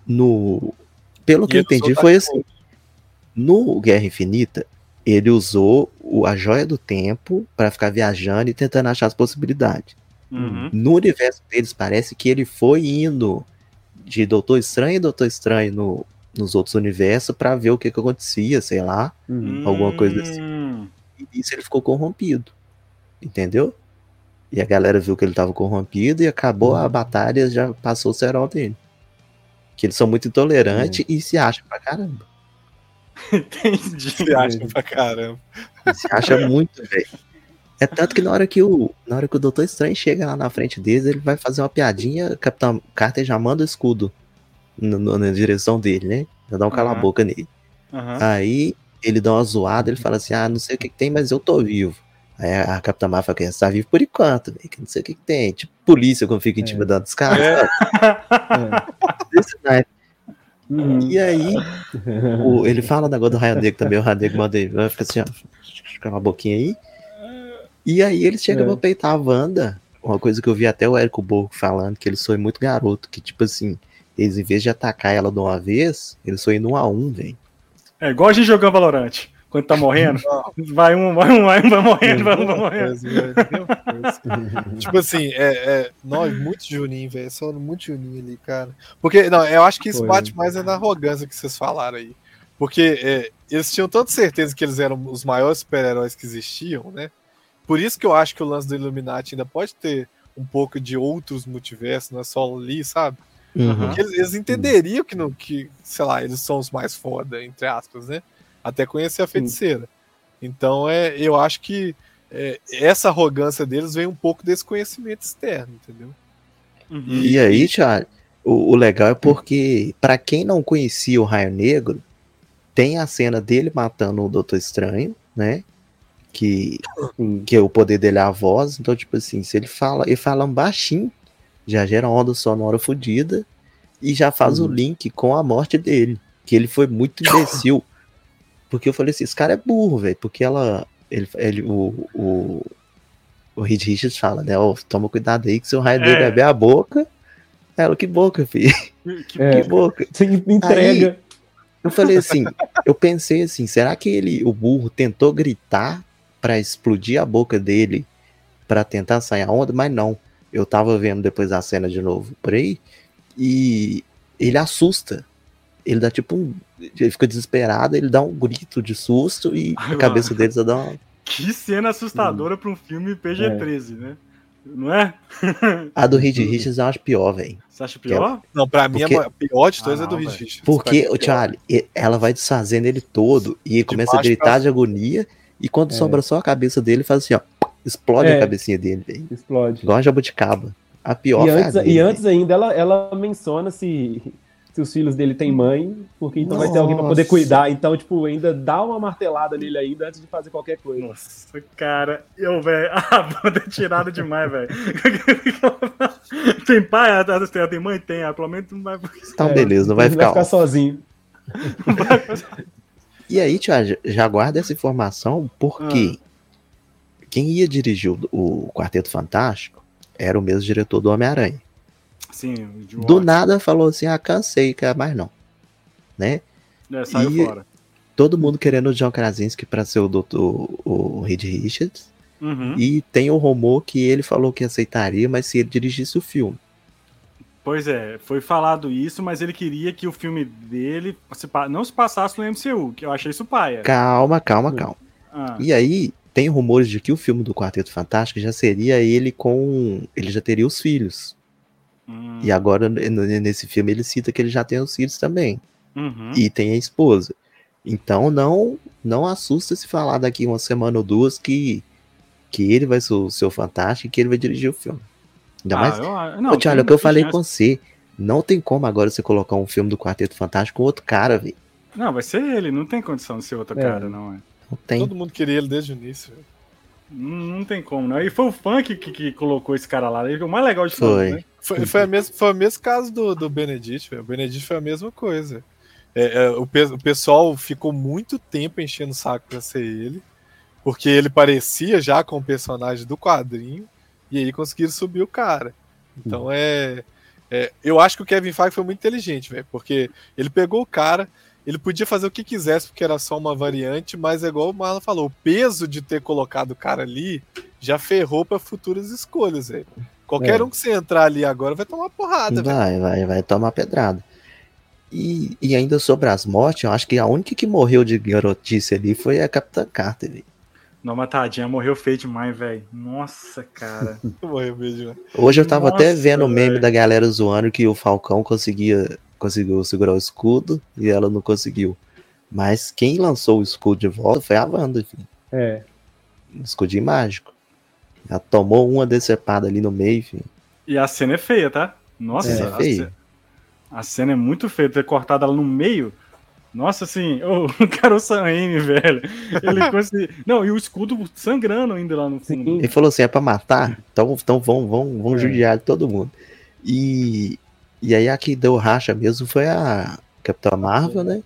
pelo que eu entendi, foi assim. No Guerra Infinita, ele usou a Joia do Tempo pra ficar viajando e tentando achar as possibilidades. No universo deles, parece que ele foi indo de Doutor Estranho e Doutor Estranho nos outros universos pra ver o que acontecia, sei lá, alguma coisa assim. E nisso ele ficou corrompido, entendeu? E a galera viu que ele tava corrompido e acabou a batalha, já passou o cerol dele. Que eles são muito intolerantes e se acham pra caramba. Entendi. Se acham pra caramba. Se acha muito, velho. É tanto que na hora que o Doutor Estranho chega lá na frente deles, ele vai fazer uma piadinha, o Capitão Carter já manda o escudo na direção dele, né? Já dá um cala-boca nele. Aí ele dá uma zoada, ele fala assim, não sei o que tem, mas eu tô vivo. Aí a Capitã Marvel fala que você tá vivo por enquanto, véio, que não sei o que tem. Tipo, polícia quando fica intimidando os caras. Desse naipe. E aí, ele fala o negócio do Raio Negro também, o Raio Negro manda ele, fica assim, ó, fica uma boquinha aí. E aí eles chegam pra peitar a Wanda, uma coisa que eu vi até o Érico Borgo falando, que ele foi muito garoto, que tipo assim, eles em vez de atacar ela de uma vez, eles foi no 1 a 1, velho. É igual a gente jogando Valorant. Quando tá morrendo, vai morrendo. Tipo assim, muito Juninho, velho. Só muito Juninho ali, cara. Porque, não, eu acho que isso bate mais na arrogância que vocês falaram aí. Porque eles tinham tanta certeza que eles eram os maiores super-heróis que existiam, né? Por isso que eu acho que o lance do Illuminati ainda pode ter um pouco de outros multiversos, não é só ali, sabe? Porque eles entenderiam que, sei lá, eles são os mais foda, entre aspas, né? Até conhecer a Feiticeira. Então, eu acho que essa arrogância deles vem um pouco desse conhecimento externo, entendeu? E aí, Thiago, o legal é porque, pra quem não conhecia o Raio Negro, tem a cena dele matando o Doutor Estranho, né? Que o poder dele é a voz. Então, tipo assim, se ele fala baixinho, já gera onda sonora fodida e já faz o link com a morte dele. Que ele foi muito imbecil. Porque eu falei assim, esse cara é burro, velho. Porque o Reed Richards fala, né? Toma cuidado aí que seu Raio Negro abrir a boca. Ela, que boca, filho. Que boca. Você entrega. Aí, eu falei assim, eu pensei assim, será que o burro tentou gritar pra explodir a boca dele pra tentar sair a onda? Mas não. Eu tava vendo depois a cena de novo por aí e ele assusta. Ele dá tipo ele fica desesperado, ele dá um grito de susto e a cabeça dele só dá uma... Que cena assustadora pra um filme PG-13, né? Não é? A do Reed Richards eu acho pior, velho. Você acha pior? Não, pra mim a pior de todas é do Reed Richards. Porque, Charlie, ela vai desfazendo ele todo e ele começa a gritar de agonia e quando sobra só a cabeça dele, faz assim, ó, explode a cabecinha dele, velho. Explode. Igual a jabuticaba. A pior e antes ainda ela menciona se os filhos dele têm mãe, porque então vai ter alguém pra poder cuidar. Então, tipo, ainda dá uma martelada nele ainda antes de fazer qualquer coisa. Nossa, cara, velho, a banda é tirada demais, velho. Tem pai, ela tem mãe? Tem, pelo menos não vai... Então, beleza, não vai ficar sozinho. E aí, Thiago, já guarda essa informação, porque quem ia dirigir o Quarteto Fantástico era o mesmo diretor do Homem-Aranha. Sim, do nada falou assim, cansei, quer mais não, né? Saiu fora. Todo mundo querendo o John Krasinski pra ser o Reed Richards. E tem o rumor que ele falou que aceitaria, mas se ele dirigisse o filme. Pois é, foi falado isso, mas ele queria que o filme dele não se passasse no MCU, que eu achei isso paia. Calma. E aí, tem rumores de que o filme do Quarteto Fantástico já seria ele ele já teria os filhos. E agora, nesse filme, ele cita que ele já tem os filhos também. E tem a esposa. Então, não assusta se falar daqui uma semana ou duas que ele vai ser o seu Fantástico e que ele vai dirigir o filme. Ainda mais... Olha, o que eu falei com você, não tem como agora você colocar um filme do Quarteto Fantástico com outro cara, velho. Não, vai ser ele, não tem condição de ser outro cara, não é. Não tem. Todo mundo queria ele desde o início, velho. Não tem como, não. E foi o fã que colocou esse cara lá. Ele foi o mais legal de tudo, né? Foi o mesmo caso do Benedict, velho. O Benedict foi a mesma coisa. O pessoal ficou muito tempo enchendo o saco pra ser ele, porque ele parecia já com o personagem do quadrinho, e aí conseguiram subir o cara. Então eu acho que o Kevin Feige foi muito inteligente, velho, porque ele pegou o cara, ele podia fazer o que quisesse, porque era só uma variante, mas é igual o Marlon falou, o peso de ter colocado o cara ali já ferrou pra futuras escolhas, velho. Qualquer um que você entrar ali agora vai tomar porrada, velho. Vai tomar pedrada. E ainda sobre as mortes, eu acho que a única que morreu de garotice ali foi a Capitã Carter, velho. Não, matadinha, morreu feio demais, velho. Nossa, cara. Morreu mesmo. Hoje eu tava até vendo o meme da galera zoando que o Falcão conseguiu segurar o escudo e ela não conseguiu. Mas quem lançou o escudo de volta foi a Wanda, filho. Escudinho mágico. Ela tomou uma decepada ali no meio, filho. E a cena é feia, tá? Nossa, é feia. A cena é muito feia. Ter cortado ela no meio. Nossa, assim, o cara, o Sam Raimi, velho. Ele conseguiu. Não, e o escudo sangrando ainda lá no fundo. Ele falou assim: é pra matar? Então vão judiar de todo mundo. E aí a que deu racha mesmo foi a Capitã Marvel, né?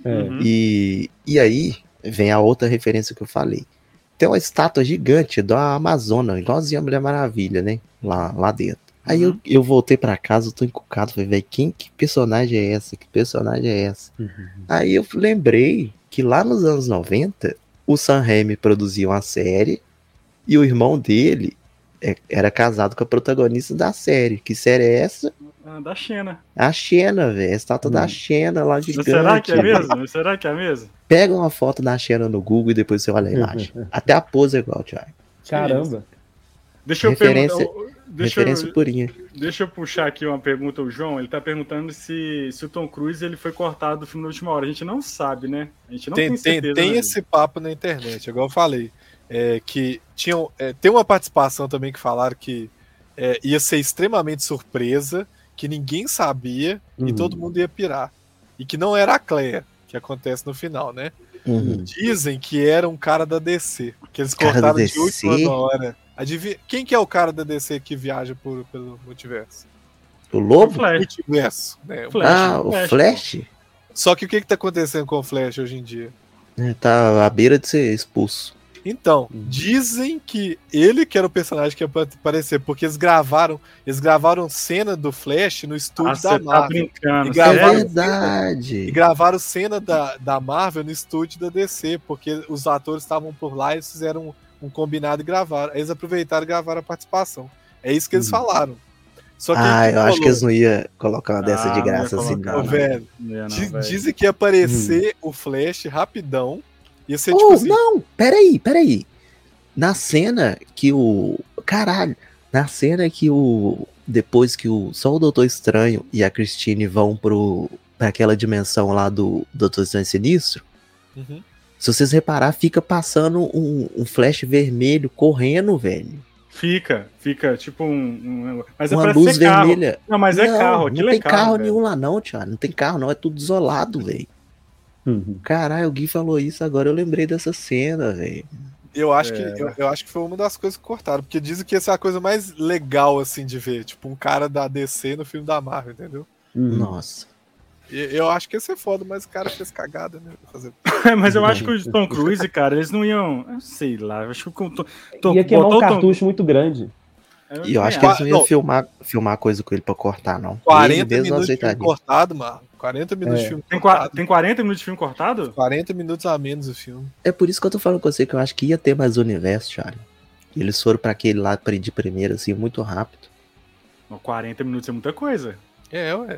E aí vem a outra referência que eu falei. Tem uma estátua gigante da Amazônia, igualzinha a Mulher Maravilha, né? Lá dentro. Aí eu voltei pra casa, eu tô encucado, falei, velho, que personagem é essa? Que personagem é essa? Aí eu lembrei que lá nos anos 90, o Sam Raimi produzia uma série e o irmão dele era casado com a protagonista da série. Que série é essa? Da Xena. A Xena, velho. A estátua da Xena lá gigante. Será que é mesmo? Será que é mesmo? Pega uma foto da Xena no Google e depois você olha a imagem. Até a pose é igual, Thiago. Caramba. Deixa eu perguntar... Referência purinha. Deixa eu puxar aqui uma pergunta ao João. Ele tá perguntando se o Tom Cruise ele foi cortado do filme na última hora. A gente não sabe, né? A gente não tem certeza. Tem esse papo na internet, igual eu falei. Que tem uma participação também que falaram que ia ser extremamente surpresa, que ninguém sabia e todo mundo ia pirar. E que não era a Clea, que acontece no final, né? Dizem que era um cara da DC, que eles cortaram de última hora. Adivinha, quem que é o cara da DC que viaja pelo multiverso? O Lobo? O multiverso, né? O Flash? Só que o que tá acontecendo com o Flash hoje em dia? Tá à beira de ser expulso. Então, dizem que ele que era o personagem que ia aparecer, porque eles gravaram cena do Flash no estúdio da Marvel. Tá brincando, verdade. E gravaram cena da Marvel no estúdio da DC, porque os atores estavam por lá e eles fizeram um combinado e gravaram. Eles aproveitaram e gravaram a participação. É isso que eles falaram. Só que eu acho que eles não iam colocar uma dessa de graça assim, não. Velho, dizem que ia aparecer o Flash rapidão. Ia ser tipo assim... Não, peraí. Na cena que depois que só o Doutor Estranho e a Christine vão pra aquela dimensão lá do Doutor Estranho Sinistro, se vocês reparar, fica passando um flash vermelho correndo, velho. Fica tipo mas uma luz vermelha. Carro. Não, mas é carro. Não tem carro nenhum lá não, Thiago. Não tem carro não, é tudo desolado, velho. Caralho, o Gui falou isso, agora eu lembrei dessa cena, velho. Eu acho que foi uma das coisas que cortaram, porque dizem que essa é a coisa mais legal, assim, de ver. Tipo, um cara da DC no filme da Marvel, entendeu? Nossa. Eu acho que ia ser foda, mas o cara fez cagada, né? Mas eu acho que o Tom Cruise, cara, eles não iam... Eu sei lá, eu acho que o ia queimar um cartucho muito grande. E eu acho que eles não iam filmar coisa com ele pra cortar, não. 40 minutos de filme cortado, mano. 40 minutos de filme cortado. Tem 40 minutos de filme cortado? 40 minutos a menos o filme. É por isso que eu tô falando com você, que eu acho que ia ter mais universo, Charlie. Eles foram pra aquele lá de primeira, assim, muito rápido. 40 minutos é muita coisa. Ué.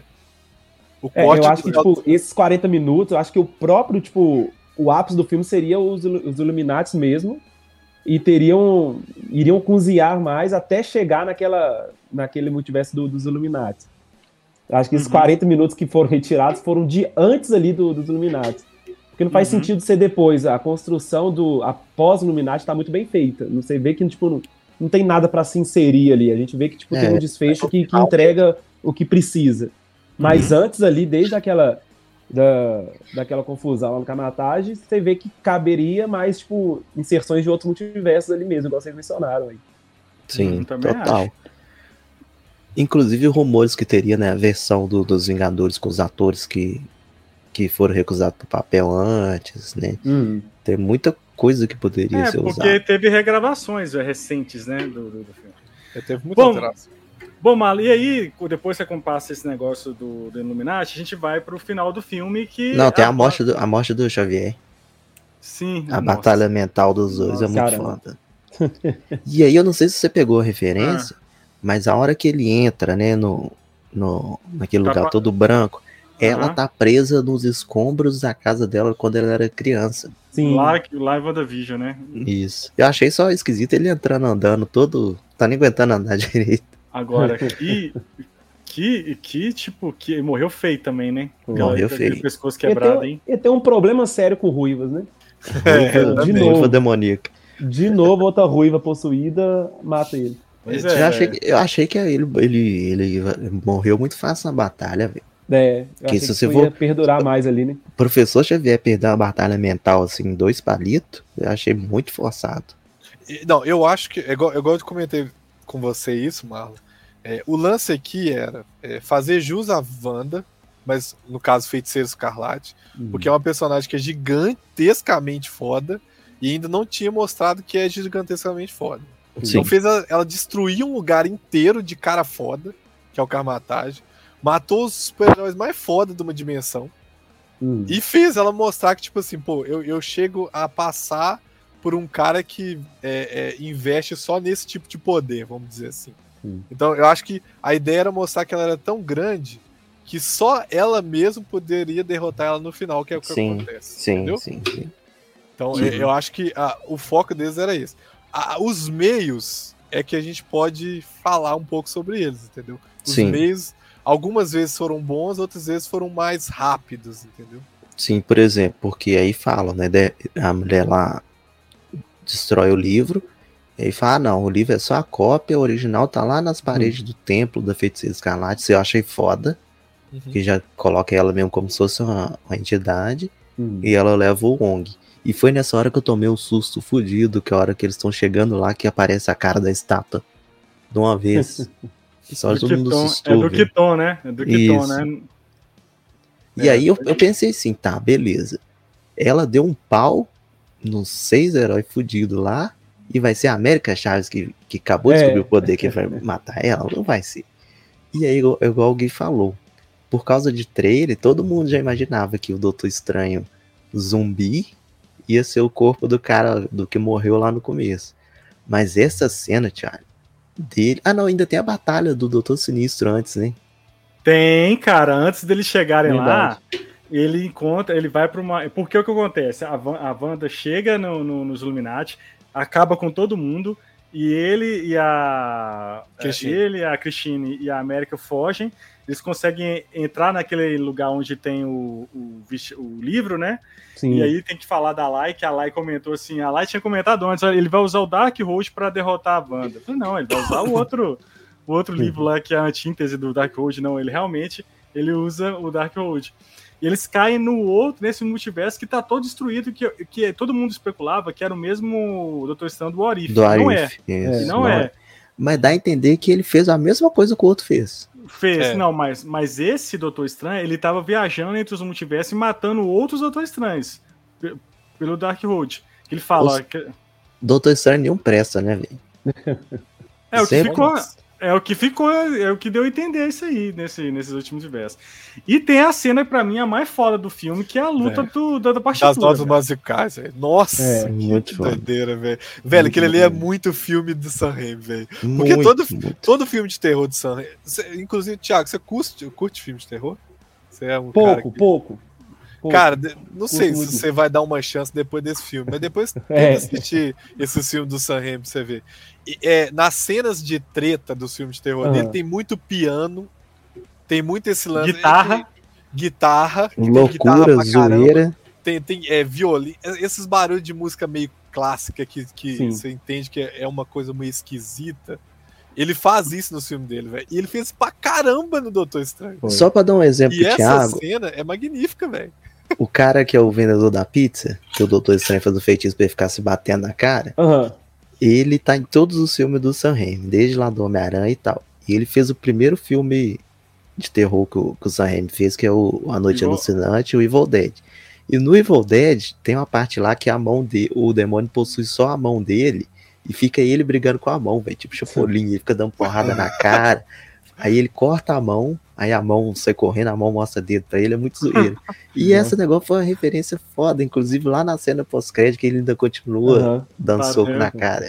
Eu acho que, tipo, esses 40 minutos, eu acho que o próprio, tipo, o ápice do filme seria os Illuminati mesmo, e iriam cozinhar mais até chegar naquele multiverso dos Illuminati. Acho que esses 40 minutos que foram retirados foram de antes ali dos Illuminati. Porque não faz sentido ser depois. A construção após Illuminati tá muito bem feita. Você vê que, tipo, não tem nada para se inserir ali. A gente vê que, tipo, tem um desfecho que entrega o que precisa. Mas antes ali, desde daquela confusão lá no Kamar-Taj, você vê que caberia mais, tipo, inserções de outros multiversos ali mesmo, igual vocês mencionaram aí. Sim, total. Acho. Inclusive rumores que teria, né, a versão dos Vingadores com os atores que foram recusados pro papel antes, né? Tem muita coisa que poderia ser usada. Porque teve regravações recentes, né, do filme. Teve muita alteração. Bom, Malo, e aí, depois que você compassa esse negócio do Illuminati, a gente vai pro final do filme que... Não, tem a morte do Xavier. Sim. A batalha mental dos dois é muito foda. E aí, eu não sei se você pegou a referência, mas a hora que ele entra, né, naquele lugar todo branco, ela tá presa nos escombros da casa dela quando ela era criança. Sim. Lá em WandaVision, né? Isso. Eu achei só esquisito ele entrando andando todo... Tá nem aguentando andar direito. Agora, que morreu feio também, né? Morreu feio. Pescoço quebrado, hein? E tem um problema sério com ruivas, né? De novo. Ruiva demoníaca. De novo, outra ruiva possuída mata ele. Eu achei que ele morreu muito fácil na batalha, velho. Eu achei que você ia perdurar mais ali, né? O professor Xavier perder uma batalha mental, assim, 2 palitos, eu achei muito forçado. Não, eu acho que, igual eu comentei com você isso, Marlon, o lance aqui era fazer jus à Wanda, mas no caso Feiticeiro Escarlate, porque é uma personagem que é gigantescamente foda e ainda não tinha mostrado que é gigantescamente foda. Sim. Então fez ela destruir um lugar inteiro de cara foda, que é o Kamar-Taj, matou os super-heróis mais foda de uma dimensão e fez ela mostrar que, tipo assim, pô, eu chego a passar por um cara que investe só nesse tipo de poder, vamos dizer assim. Então eu acho que a ideia era mostrar que ela era tão grande que só ela mesma poderia derrotar ela no final, que é o que acontece. Sim, entendeu? Sim. Então eu acho que o foco deles era esse. Os meios é que a gente pode falar um pouco sobre eles, entendeu? Os meios, algumas vezes foram bons, outras vezes foram mais rápidos, entendeu? Sim, por exemplo, porque aí falam, né, a mulher lá destrói o livro, e aí fala, não, o livro é só a cópia, o original tá lá nas paredes do templo da Feiticeira Escarlate. Isso eu achei foda, que já coloca ela mesmo como se fosse uma entidade, e ela leva o Wong. E foi nessa hora que eu tomei um susto fudido, que é a hora que eles estão chegando lá, que aparece a cara da estátua de uma vez. Só todo mundo assustou. É do Kiton, né? É do Kiton, né? E aí eu pensei assim, tá, beleza. Ela deu um pau nos 6 heróis fudidos lá, e vai ser a América Chaves que acabou de descobrir o poder que vai matar ela? Não vai ser. E aí, igual o Gui falou, por causa de trailer, todo mundo já imaginava que o Doutor Estranho zumbi ia ser o corpo do cara do que morreu lá no começo. Mas essa cena, Thiago, dele... Ah, não, ainda tem a batalha do Doutor Sinistro antes, né? Tem, cara, antes deles chegarem lá, ele vai pra uma... Porque o que acontece? A Wanda chega nos Illuminati, acaba com todo mundo, e ele e a Christine e a América fogem, eles conseguem entrar naquele lugar onde tem o livro, né? Sim. E aí tem que falar da Lai, que a Lai comentou assim, a Lai tinha comentado antes, ele vai usar o Darkhold para derrotar a Wanda. Eu falei, não, ele vai usar o outro livro lá, que é a antítese do Darkhold. Não, ele usa o Darkhold. E eles caem nesse multiverso que tá todo destruído, que todo mundo especulava que era o mesmo Dr. Estranho do What If. Não é. Não é. Mas dá a entender que ele fez a mesma coisa que o outro fez. Não, mas esse Doutor Estranho, ele tava viajando entre os multiversos e matando outros Doutor Estranhos pelo Darkhold. Ele fala... Doutor Estranho nenhum presta, né, velho? É o que deu a entender isso aí, nesses últimos versos. E tem a cena, pra mim, a mais foda do filme, que é a luta da partitura. Das notas musicais, velho. Nossa, que doideira, velho. Velho, aquele ali é muito filme do Sam Raimi, velho. Porque todo filme de terror do Sam Raimi... Inclusive, Thiago, você curte filme de terror? Você é um pouco. Cara, não sei se você vai dar uma chance depois desse filme, mas depois tenta assistir esse filme do Sam Raimi pra você ver. Nas cenas de treta dos filmes de terror dele, tem muito piano, tem muito esse lance... Guitarra. Loucura, zoeira. Tem violino. Esses barulhos de música meio clássica que você entende que é uma coisa meio esquisita. Ele faz isso no filme dele, velho. E ele fez pra caramba no Doutor Estranho. Só pra dar um exemplo, Thiago. Thiago... essa cena é magnífica, velho. O cara que é o vendedor da pizza, que o Doutor Estranho faz o feitiço pra ele ficar se batendo na cara, ele tá em todos os filmes do Sam Raimi, desde lá do Homem-Aranha e tal. E ele fez o primeiro filme de terror que o Sam Raimi fez, que é A Noite Alucinante e o Evil Dead. E no Evil Dead tem uma parte lá que o demônio possui só a mão dele e fica ele brigando com a mão, velho, tipo Chapolin, ele fica dando porrada na cara. Aí ele corta a mão, aí a mão sai correndo, a mão mostra dedo pra ele, é muito zoeiro. E esse negócio foi uma referência foda, inclusive lá na cena pós-crédito, que ele ainda continua dando soco na cara.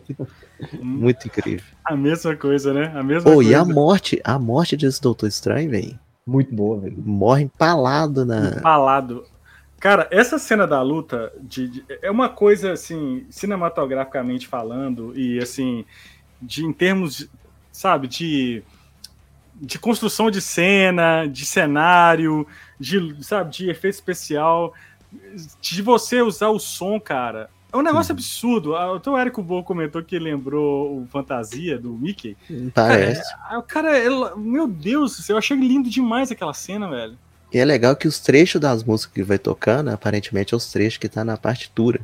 Muito incrível. A mesma coisa, né? Coisa. E a morte desse Doutor Estranho, velho. Muito boa, velho. Morre empalado Empalado. Cara, essa cena da luta é uma coisa, assim, cinematograficamente falando, e assim, em termos, sabe, de construção de cena, de cenário, de efeito especial, de você usar o som, cara. É um negócio absurdo. Até o Érico Bo comentou que lembrou o Fantasia do Mickey. Parece. Meu Deus, eu achei lindo demais aquela cena, velho. E é legal que os trechos das músicas que vai tocando, aparentemente, é os trechos que tá na partitura.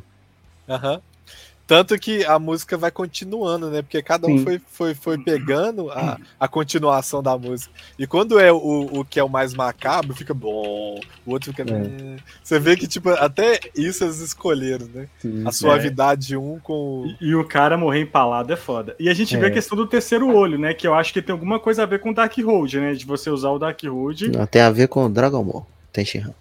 Tanto que a música vai continuando, né? Porque cada um foi pegando a continuação da música. E quando é o que é o mais macabro, fica bom. O outro fica... Você vê que, tipo, até isso eles escolheram, né? Sim, a suavidade de um com... E o cara morrer empalado é foda. E a gente vê a questão do terceiro olho, né? Que eu acho que tem alguma coisa a ver com o Darkhold, né? De você usar o Darkhold. Não, tem a ver com o Dragon Ball. Tem Shinran.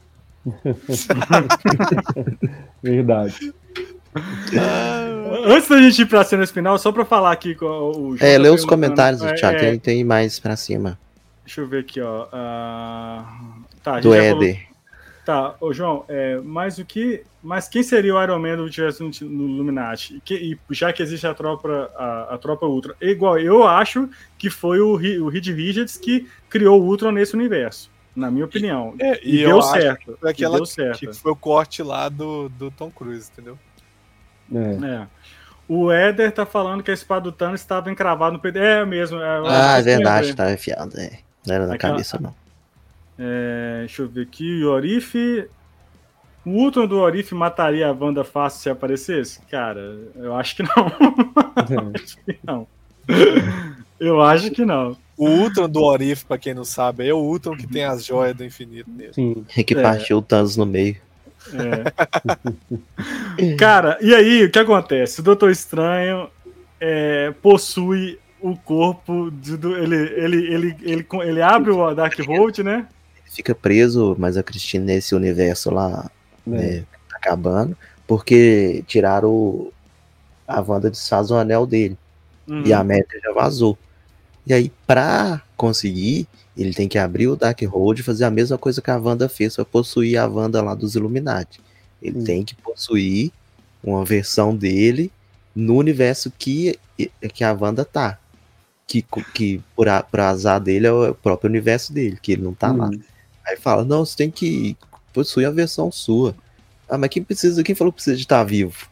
Verdade. Antes da gente ir pra cena final, só pra falar aqui com o João. Lê os comentários do chat, tem mais pra cima. Deixa eu ver aqui, ó. Do Éder. Tá, ô João, mas quem seria o Iron Man do tivesse no Illuminati? Já que existe a tropa Ultron. Igual, eu acho que foi o Reed Richards que criou o Ultron nesse universo, na minha opinião. E deu certo. Que foi o corte lá do Tom Cruise, entendeu? O Éder tá falando que a espada do Thanos estava encravada no PD. É mesmo. É verdade, tá enfiado. Não era na cabeça, não. Deixa eu ver aqui. O Orif. O Ultron do Orif mataria a Wanda fácil se aparecesse? Cara, eu acho que não. Eu acho que não. O Ultron do Orif, pra quem não sabe, é o Ultron que tem as joias do infinito nele. Sim. Que partiu o Thanos no meio. Cara, e aí o que acontece? O Doutor Estranho possui o corpo ele abre o Darkhold, né? Ele fica preso, mas a Cristina nesse universo lá tá acabando, porque tiraram a Wanda desfaz o anel dele. E a América já vazou. E aí, pra conseguir, ele tem que abrir o Darkhold e fazer a mesma coisa que a Wanda fez pra possuir a Wanda lá dos Illuminati. Ele tem que possuir uma versão dele no universo que a Wanda tá. que por azar dele é o próprio universo dele, que ele não tá lá. Aí fala, não, você tem que possuir a versão sua. Ah, mas quem falou que precisa de estar vivo?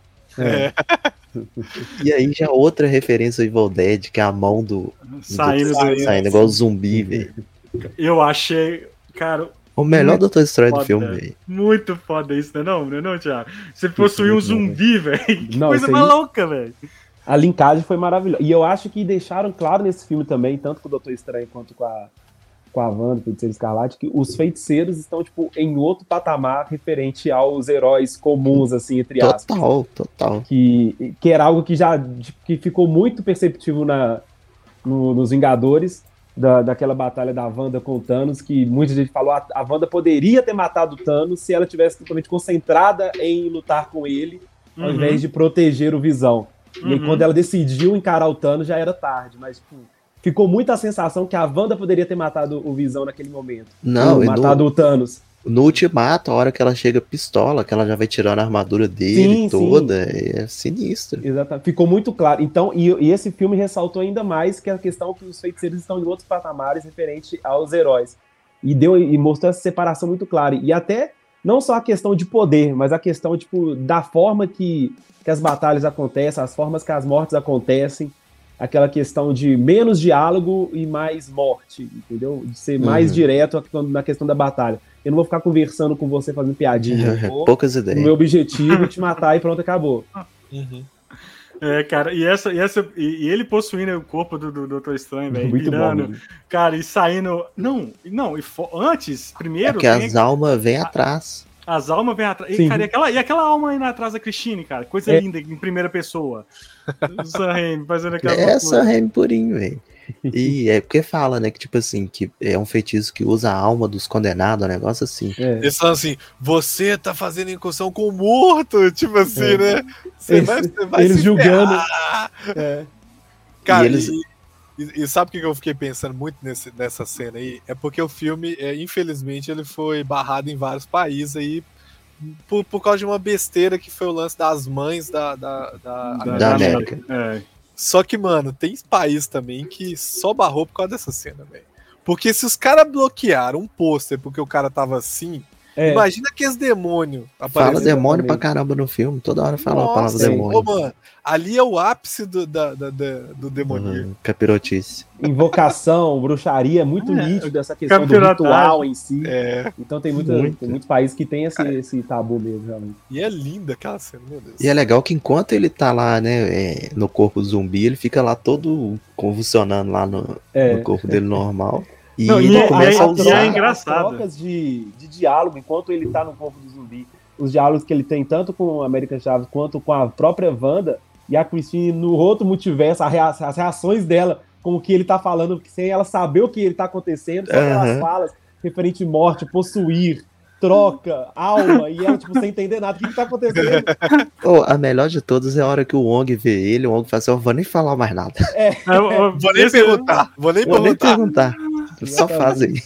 E aí já outra referência ao Evil Dead, que é a mão saindo igual zumbi, velho. Eu achei, cara... O melhor Doutor Estranho do filme, velho. Muito foda isso, não, Thiago? Você possuir um zumbi, velho. Que coisa maluca, velho. A linkagem foi maravilhosa. E eu acho que deixaram claro nesse filme também, tanto com o Doutor Estranho quanto com a Wanda, Feiticeira Escarlate, que os feiticeiros estão, tipo, em outro patamar referente aos heróis comuns, assim, entre aspas. Total. Que era algo que ficou muito perceptível nos Vingadores, daquela batalha da Wanda com o Thanos, que muita gente falou, a Wanda poderia ter matado o Thanos se ela tivesse totalmente concentrada em lutar com ele, ao invés de proteger o Visão. E aí, quando ela decidiu encarar o Thanos, já era tarde, mas, tipo, ficou muito a sensação que a Wanda poderia ter matado o Visão naquele momento. Não, matado o Thanos. No Ultimato, a hora que ela chega pistola, que ela já vai tirando a armadura dele toda, é sinistro. Exatamente. Ficou muito claro. Então, e esse filme ressaltou ainda mais que a questão que os feiticeiros estão em outros patamares referente aos heróis. E mostrou essa separação muito clara. E até, não só a questão de poder, mas a questão, tipo, da forma que as batalhas acontecem, as formas que as mortes acontecem, aquela questão de menos diálogo e mais morte, entendeu? De ser mais direto na questão da batalha. Eu não vou ficar conversando com você, fazendo piadinha. Poucas ideias. O meu objetivo é te matar e pronto, acabou. Cara, e ele possuindo o corpo do Doutor Estranho, velho, virando, cara, e saindo... Antes, primeiro... É porque as almas vêm atrás. As almas vêm atrás. E, cara, e aquela alma indo atrás da Christine, cara? Coisa linda, em primeira pessoa. O Sam Raimi fazendo aquela Sam Raimi purinho, velho. E é porque fala, né, que tipo assim, que é um feitiço que usa a alma dos condenados, um negócio assim. Eles falam assim, você tá fazendo incursão com o morto, tipo assim, né? Você vai eles julgando. Cara, e sabe o que eu fiquei pensando muito nessa cena aí? É porque o filme, infelizmente, ele foi barrado em vários países aí por causa de uma besteira que foi o lance das mães da América. Só que, mano, tem país também que só barrou por causa dessa cena, velho. Porque se os caras bloquearam um pôster porque o cara tava assim, imagina que esse demônio aparecendo. Fala demônio pra caramba no filme, toda hora fala a palavra demônio. Mano, ali é o ápice do demoníaco. Capirotice. Invocação, bruxaria, é muito nítido essa questão do ritual em si. Então tem muitos países que tem esse tabu mesmo, realmente. E é linda aquela cena, meu Deus. E é legal que enquanto ele tá lá, né, no corpo zumbi, ele fica lá todo convulsionando lá no corpo dele normal. E ele começa a usar as trocas de diálogo enquanto ele tá no corpo do zumbi. Os diálogos que ele tem tanto com a América Chaves quanto com a própria Wanda e a Christine no outro multiverso, as reações dela com o que ele tá falando, sem ela saber o que ele tá acontecendo, só aquelas falas referente à morte, possuir, troca, alma, e ela, tipo, sem entender nada. O que tá acontecendo? A melhor de todas é a hora que o Wong vê ele, o Wong fala assim, eu vou nem falar mais nada. Vou nem perguntar. Vou nem perguntar. Só faz aí.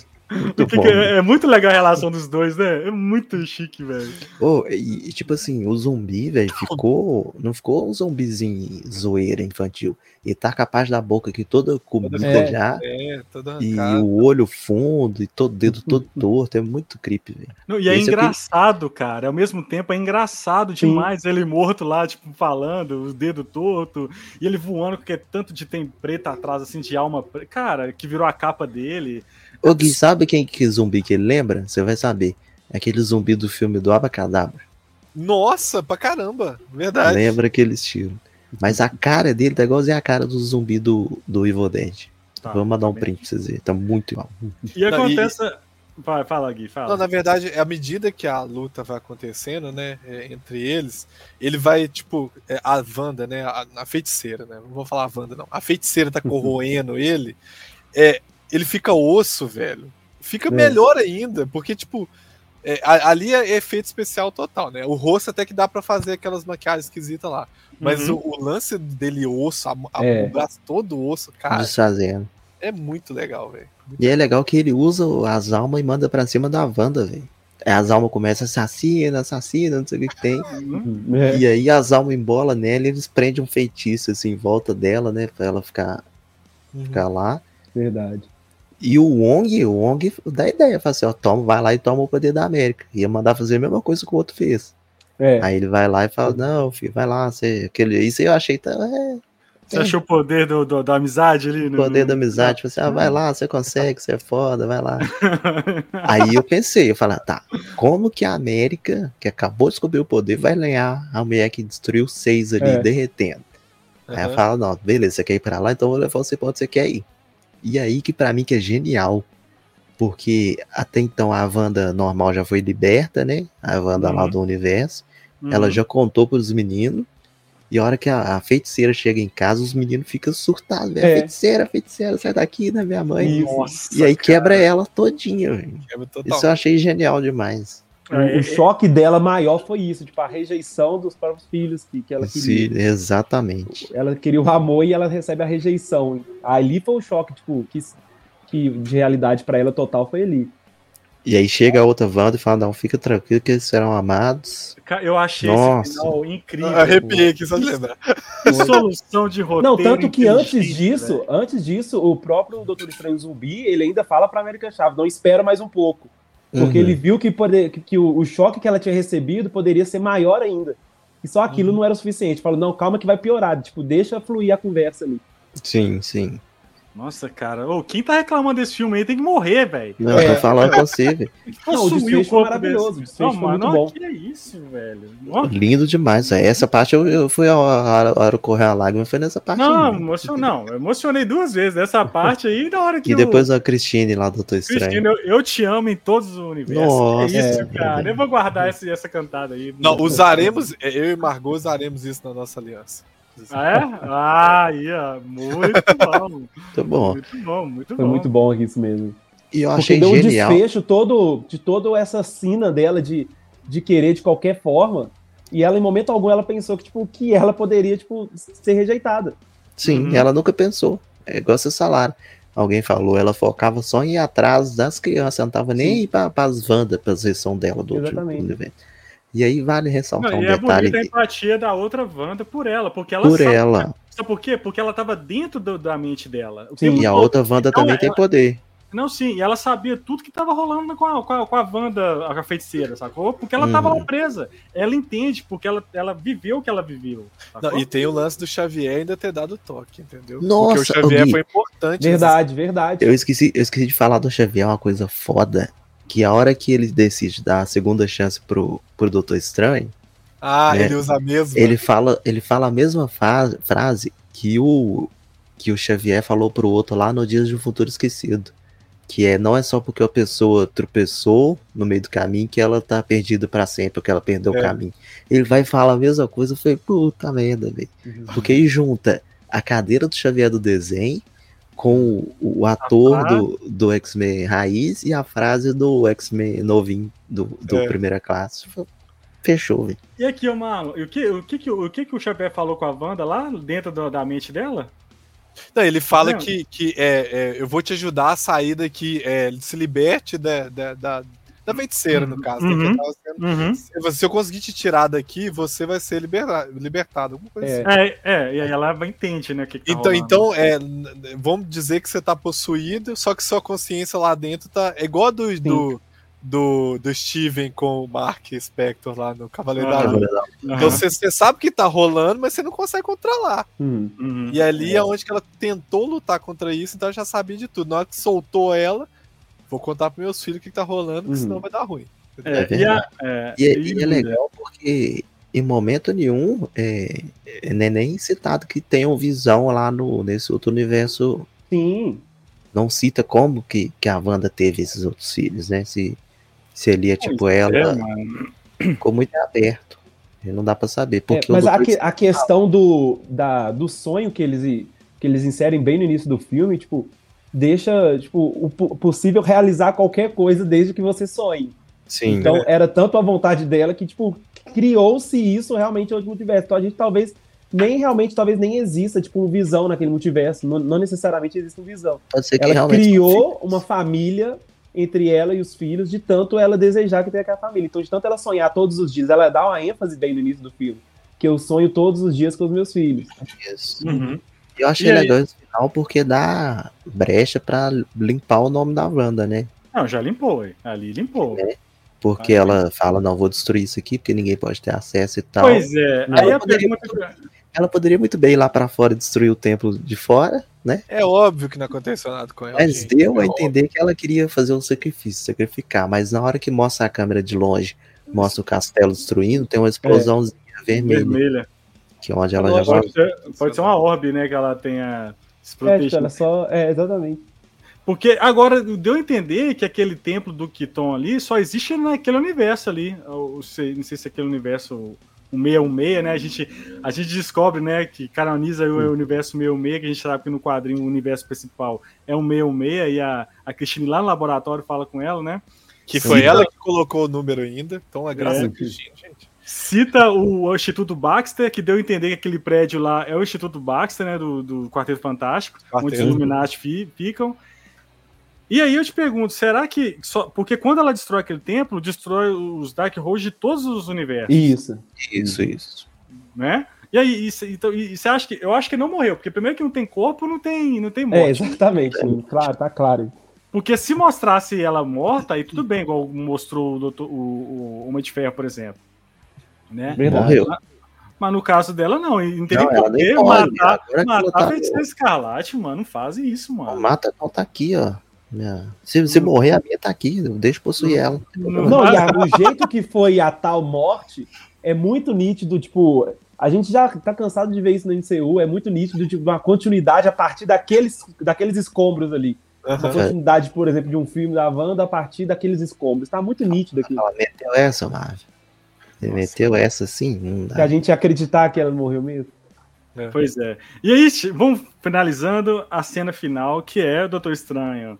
É muito legal a relação dos dois, né? É muito chique, velho. E tipo assim, o zumbi, velho, não ficou um zumbizinho zoeira infantil. Ele tá com a parte da boca aqui toda comida já. E o olho fundo, e todo dedo todo torto. É muito creepy, velho. E é engraçado, cara. Ao mesmo tempo, é engraçado demais ele morto lá, tipo, falando, o dedo torto, e ele voando, porque tanto de tem preto atrás, assim, de alma. Cara, que virou a capa dele. Ô Gui, sabe que zumbi que ele lembra? Você vai saber. Aquele zumbi do filme do Abacadabra. Nossa, pra caramba. Verdade. Lembra aquele estilo. Mas a cara dele tá igualzinho a cara do zumbi do Evil Dead. Vou mandar um print pra vocês verem. Tá muito igual. E acontece... Vai, fala, Gui, fala. Não, na verdade, à medida que a luta vai acontecendo, né, entre eles, ele vai, tipo, a Wanda, né, a feiticeira, né, não vou falar a Wanda, não. A feiticeira tá corroendo ele, ele fica osso, velho. Fica melhor ainda, porque, tipo, ali é efeito especial total, né? O rosto até que dá pra fazer aquelas maquiagens esquisitas lá. Mas o lance dele osso, o braço todo osso, cara, desfazendo. É muito legal, velho. E é legal que ele usa as almas e manda pra cima da Wanda, velho. As almas começam assassina, não sei o que tem. E aí as almas embolam nela e eles prendem um feitiço assim em volta dela, né? Pra ela ficar Ficar lá. Verdade. E o Wong dá ideia, fala assim, ó, vai lá e toma o poder da América. Ia mandar fazer a mesma coisa que o outro fez. Aí ele vai lá e fala, não, filho, vai lá, isso aí eu achei... Você achou o poder da amizade ali? O poder da amizade, você vai lá, você consegue, você é foda, vai lá. Aí eu pensei, eu falei, tá, como que a América, que acabou de descobrir o poder, vai ganhar a mulher que destruiu 6 ali, derretendo? Aí eu falo, não, beleza, você quer ir pra lá, então eu vou levar você pra onde você quer ir. E aí que pra mim que é genial, porque até então a Wanda normal já foi liberta, né? A Wanda lá do universo, ela já contou pros meninos, e a hora que a feiticeira chega em casa, os meninos ficam surtados, velho. Feiticeira, sai daqui, né, minha mãe? Nossa, e aí quebra ela todinha, velho. Isso eu achei genial demais. O choque dela maior foi isso, tipo, a rejeição dos próprios filhos que ela queria. Sim, exatamente. Ela queria o amor e ela recebe a rejeição. Ali foi o choque, tipo, que de realidade pra ela total foi ali. E aí chega a outra Wanda e fala, não, fica tranquilo que eles serão amados. Eu achei esse final incrível. Arrepiei aqui, só de lembrar. Que solução de roteiro. Não, tanto que antes disso, o próprio Doutor Estranho Zumbi, ele ainda fala pra América Chaves, não espera mais um pouco. Porque ele viu que o choque que ela tinha recebido poderia ser maior ainda. E só aquilo não era o suficiente. Falou, não, calma que vai piorar. Tipo, deixa fluir a conversa ali. Sim, sim. Nossa, cara. Quem tá reclamando desse filme aí tem que morrer, velho. Não, tô falando com você, velho. Não, o desfecho foi maravilhoso. O desfecho foi muito bom. Que é isso, velho? Lindo demais. Essa parte eu fui a hora correr a lágrima, foi nessa parte. Eu emocionei 2 vezes. Nessa parte aí, da hora que E depois a Cristine lá do Doutor Estranho. Cristine, eu te amo em todos os universos. Nossa, é isso, cara. Eu vou guardar essa cantada aí. Não, eu e Margot usaremos isso na nossa aliança. Muito bom. Muito bom. Muito bom. Foi muito bom isso mesmo. E eu achei genial. Porque deu um desfecho de toda essa cena dela de querer de qualquer forma. E ela, em momento algum, ela pensou que ela poderia, ser rejeitada. Sim, ela nunca pensou. É igual esse salário. Alguém falou, ela focava só em ir atrás das crianças, ela não tava nem para as Wanda, para a sessão dela do último evento. E aí vale ressaltar um detalhe. É bonita a empatia da outra Wanda por ela, porque ela Sabe por quê? Porque ela tava dentro da mente dela. Sim, e a outra Wanda também tem poder. Não, sim, e ela sabia tudo que tava rolando com a Wanda, a feiticeira, sacou? Porque ela tava lá presa. Ela entende, porque ela viveu o que ela viveu. Não, e tem o lance do Xavier ainda ter dado toque, entendeu? Nossa, porque o Xavier foi importante. Verdade. Eu esqueci de falar do Xavier, uma coisa foda, que a hora que ele decide dar a segunda chance pro Doutor Estranho... né, ele usa a mesma. Ele fala a mesma frase que o Xavier falou pro outro lá no Dias de um Futuro Esquecido. Que não é só porque a pessoa tropeçou no meio do caminho que ela tá perdida pra sempre, porque ela perdeu o caminho. Ele vai falar a mesma coisa, eu falei, puta merda, velho. Porque aí junta a cadeira do Xavier do desenho com o ator do X-Men Raiz e a frase do X-Men novinho do Primeira Classe. Fechou, velho. E aqui, Marlon, o que o Xavier falou com a Wanda lá dentro da mente dela? Não, ele fala que eu vou te ajudar a sair daqui, se liberte da feiticeira, no caso. Se eu conseguir te tirar daqui, você vai ser libertado. Alguma coisa assim. E aí ela entende, né? Então, vamos dizer que você tá possuído, só que sua consciência lá dentro tá. É igual do Steven com o Mark Spector lá no Cavaleiro da Lua. Então você sabe que tá rolando, mas você não consegue controlar. E ali é onde que ela tentou lutar contra isso, então ela já sabia de tudo. Na hora que soltou ela, vou contar pros meus filhos o que tá rolando, porque senão vai dar ruim. E é legal porque em momento nenhum não é nem citado que tenham visão lá nesse outro universo. Sim. Não cita como que a Wanda teve esses outros filhos, né? Se ali é tipo ela, ficou muito aberto. Não dá pra saber. Porque mas a questão do sonho que eles inserem bem no início do filme, tipo, deixa o possível realizar qualquer coisa desde que você sonhe. Sim. Então era tanto a vontade dela que, tipo, criou-se isso realmente no multiverso. Então a gente talvez nem exista, tipo, um Visão naquele multiverso. Não necessariamente existe um Visão. Pode ser que ela criou uma família entre ela e os filhos, de tanto ela desejar que tenha aquela família. Então, de tanto ela sonhar todos os dias, ela dá uma ênfase bem no início do filme, que eu sonho todos os dias com os meus filhos. Isso. Eu achei legal esse final porque dá brecha pra limpar o nome da Wanda, né? Não, já limpou, ali limpou. Porque ela fala, não, vou destruir isso aqui, porque ninguém pode ter acesso e tal. Pois é, aí a pergunta... Ela poderia muito bem ir lá pra fora e destruir o templo de fora, né? É óbvio que não aconteceu nada com ela. Mas deu a entender que ela queria fazer um sacrifício, sacrificar. Mas na hora que mostra a câmera de longe, mostra o castelo destruindo, tem uma explosãozinha vermelha. Que é onde ela já vai... Pode ser uma orbe, né, que ela tenha se protegido. Ela só... exatamente. Porque agora deu a entender que aquele templo do Kiton ali só existe naquele universo ali. Não sei se aquele universo... O 616, né? A gente descobre, né, que canoniza o universo 616, que a gente sabe que no quadrinho o universo principal é o 616, e a Christine lá no laboratório fala com ela, né? Que foi ela que colocou o número ainda, então é graças a Christine, gente. Cita o Instituto Baxter, que deu a entender que aquele prédio lá é o Instituto Baxter, né, do Quarteto Fantástico, onde os Illuminati ficam. E aí eu te pergunto, será que... Porque quando ela destrói aquele templo, destrói os Darkhold de todos os universos. Isso. Né? E aí, e você acha que... Eu acho que não morreu, porque primeiro que não tem corpo, não tem morte. Exatamente. Claro, tá claro. Porque se mostrasse ela morta, aí tudo bem, igual mostrou o Homem de Ferro, por exemplo. Né? Morreu. Mas no caso dela, não. Não tem nem por que matar a Feiticeira Escarlate, mano. Não faz isso, mano. Mata, não, tá aqui, ó. Se morrer, a minha tá aqui, deixa eu possuir ela. Não, e o jeito que foi a tal morte é muito nítido, tipo, a gente já tá cansado de ver isso no MCU, é muito nítido, tipo, uma continuidade a partir daqueles escombros ali. Uma continuidade, por exemplo, de um filme da Wanda a partir daqueles escombros. Tá muito nítido aqui. Ela meteu essa, Marvel. Você meteu essa assim? Não dá. Que a gente ia acreditar que ela morreu mesmo. Pois é. E aí, vamos finalizando a cena final, que é o Doutor Estranho.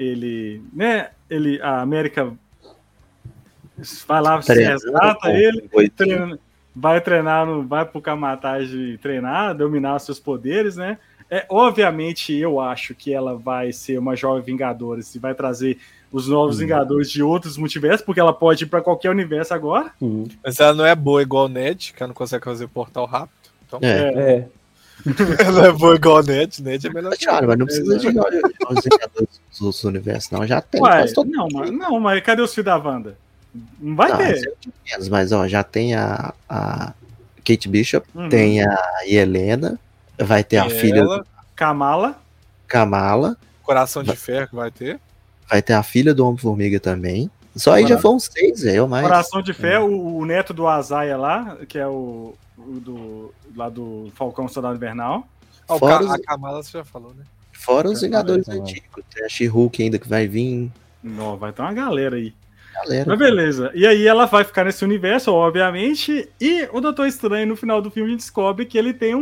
A América vai lá, se resgata ele, vai treinar, vai pro Kamar-Taj treinar, dominar seus poderes, né? Obviamente, eu acho que ela vai ser uma jovem Vingadora e vai trazer os novos Vingadores de outros multiversos, porque ela pode ir pra qualquer universo agora. Mas ela não é boa igual o Ned, que ela não consegue fazer portal rápido. Então... Ela é boa igual o Ned é melhor que ela. Mas não precisa de os Vingadores dos outros universos, não. Já tem. Não, mas cadê os filhos da Wanda? Não vai ter. Mas, ó, já tem a Kate Bishop, tem a Helena, vai ter a filha... Kamala. Coração de Ferro que vai ter. Vai ter a filha do Homem-Formiga também. Só aí já foram 6, mas... Coração de Ferro, o neto do Azaia lá, que é lá do Falcão Soldado Invernal. A Kamala você já falou, né? Fora os Vingadores antigos. Tem a She-Hulk ainda que vai vir. Não, vai ter uma galera aí. Mas beleza. E aí ela vai ficar nesse universo, obviamente, e o Doutor Estranho, no final do filme, descobre que ele tem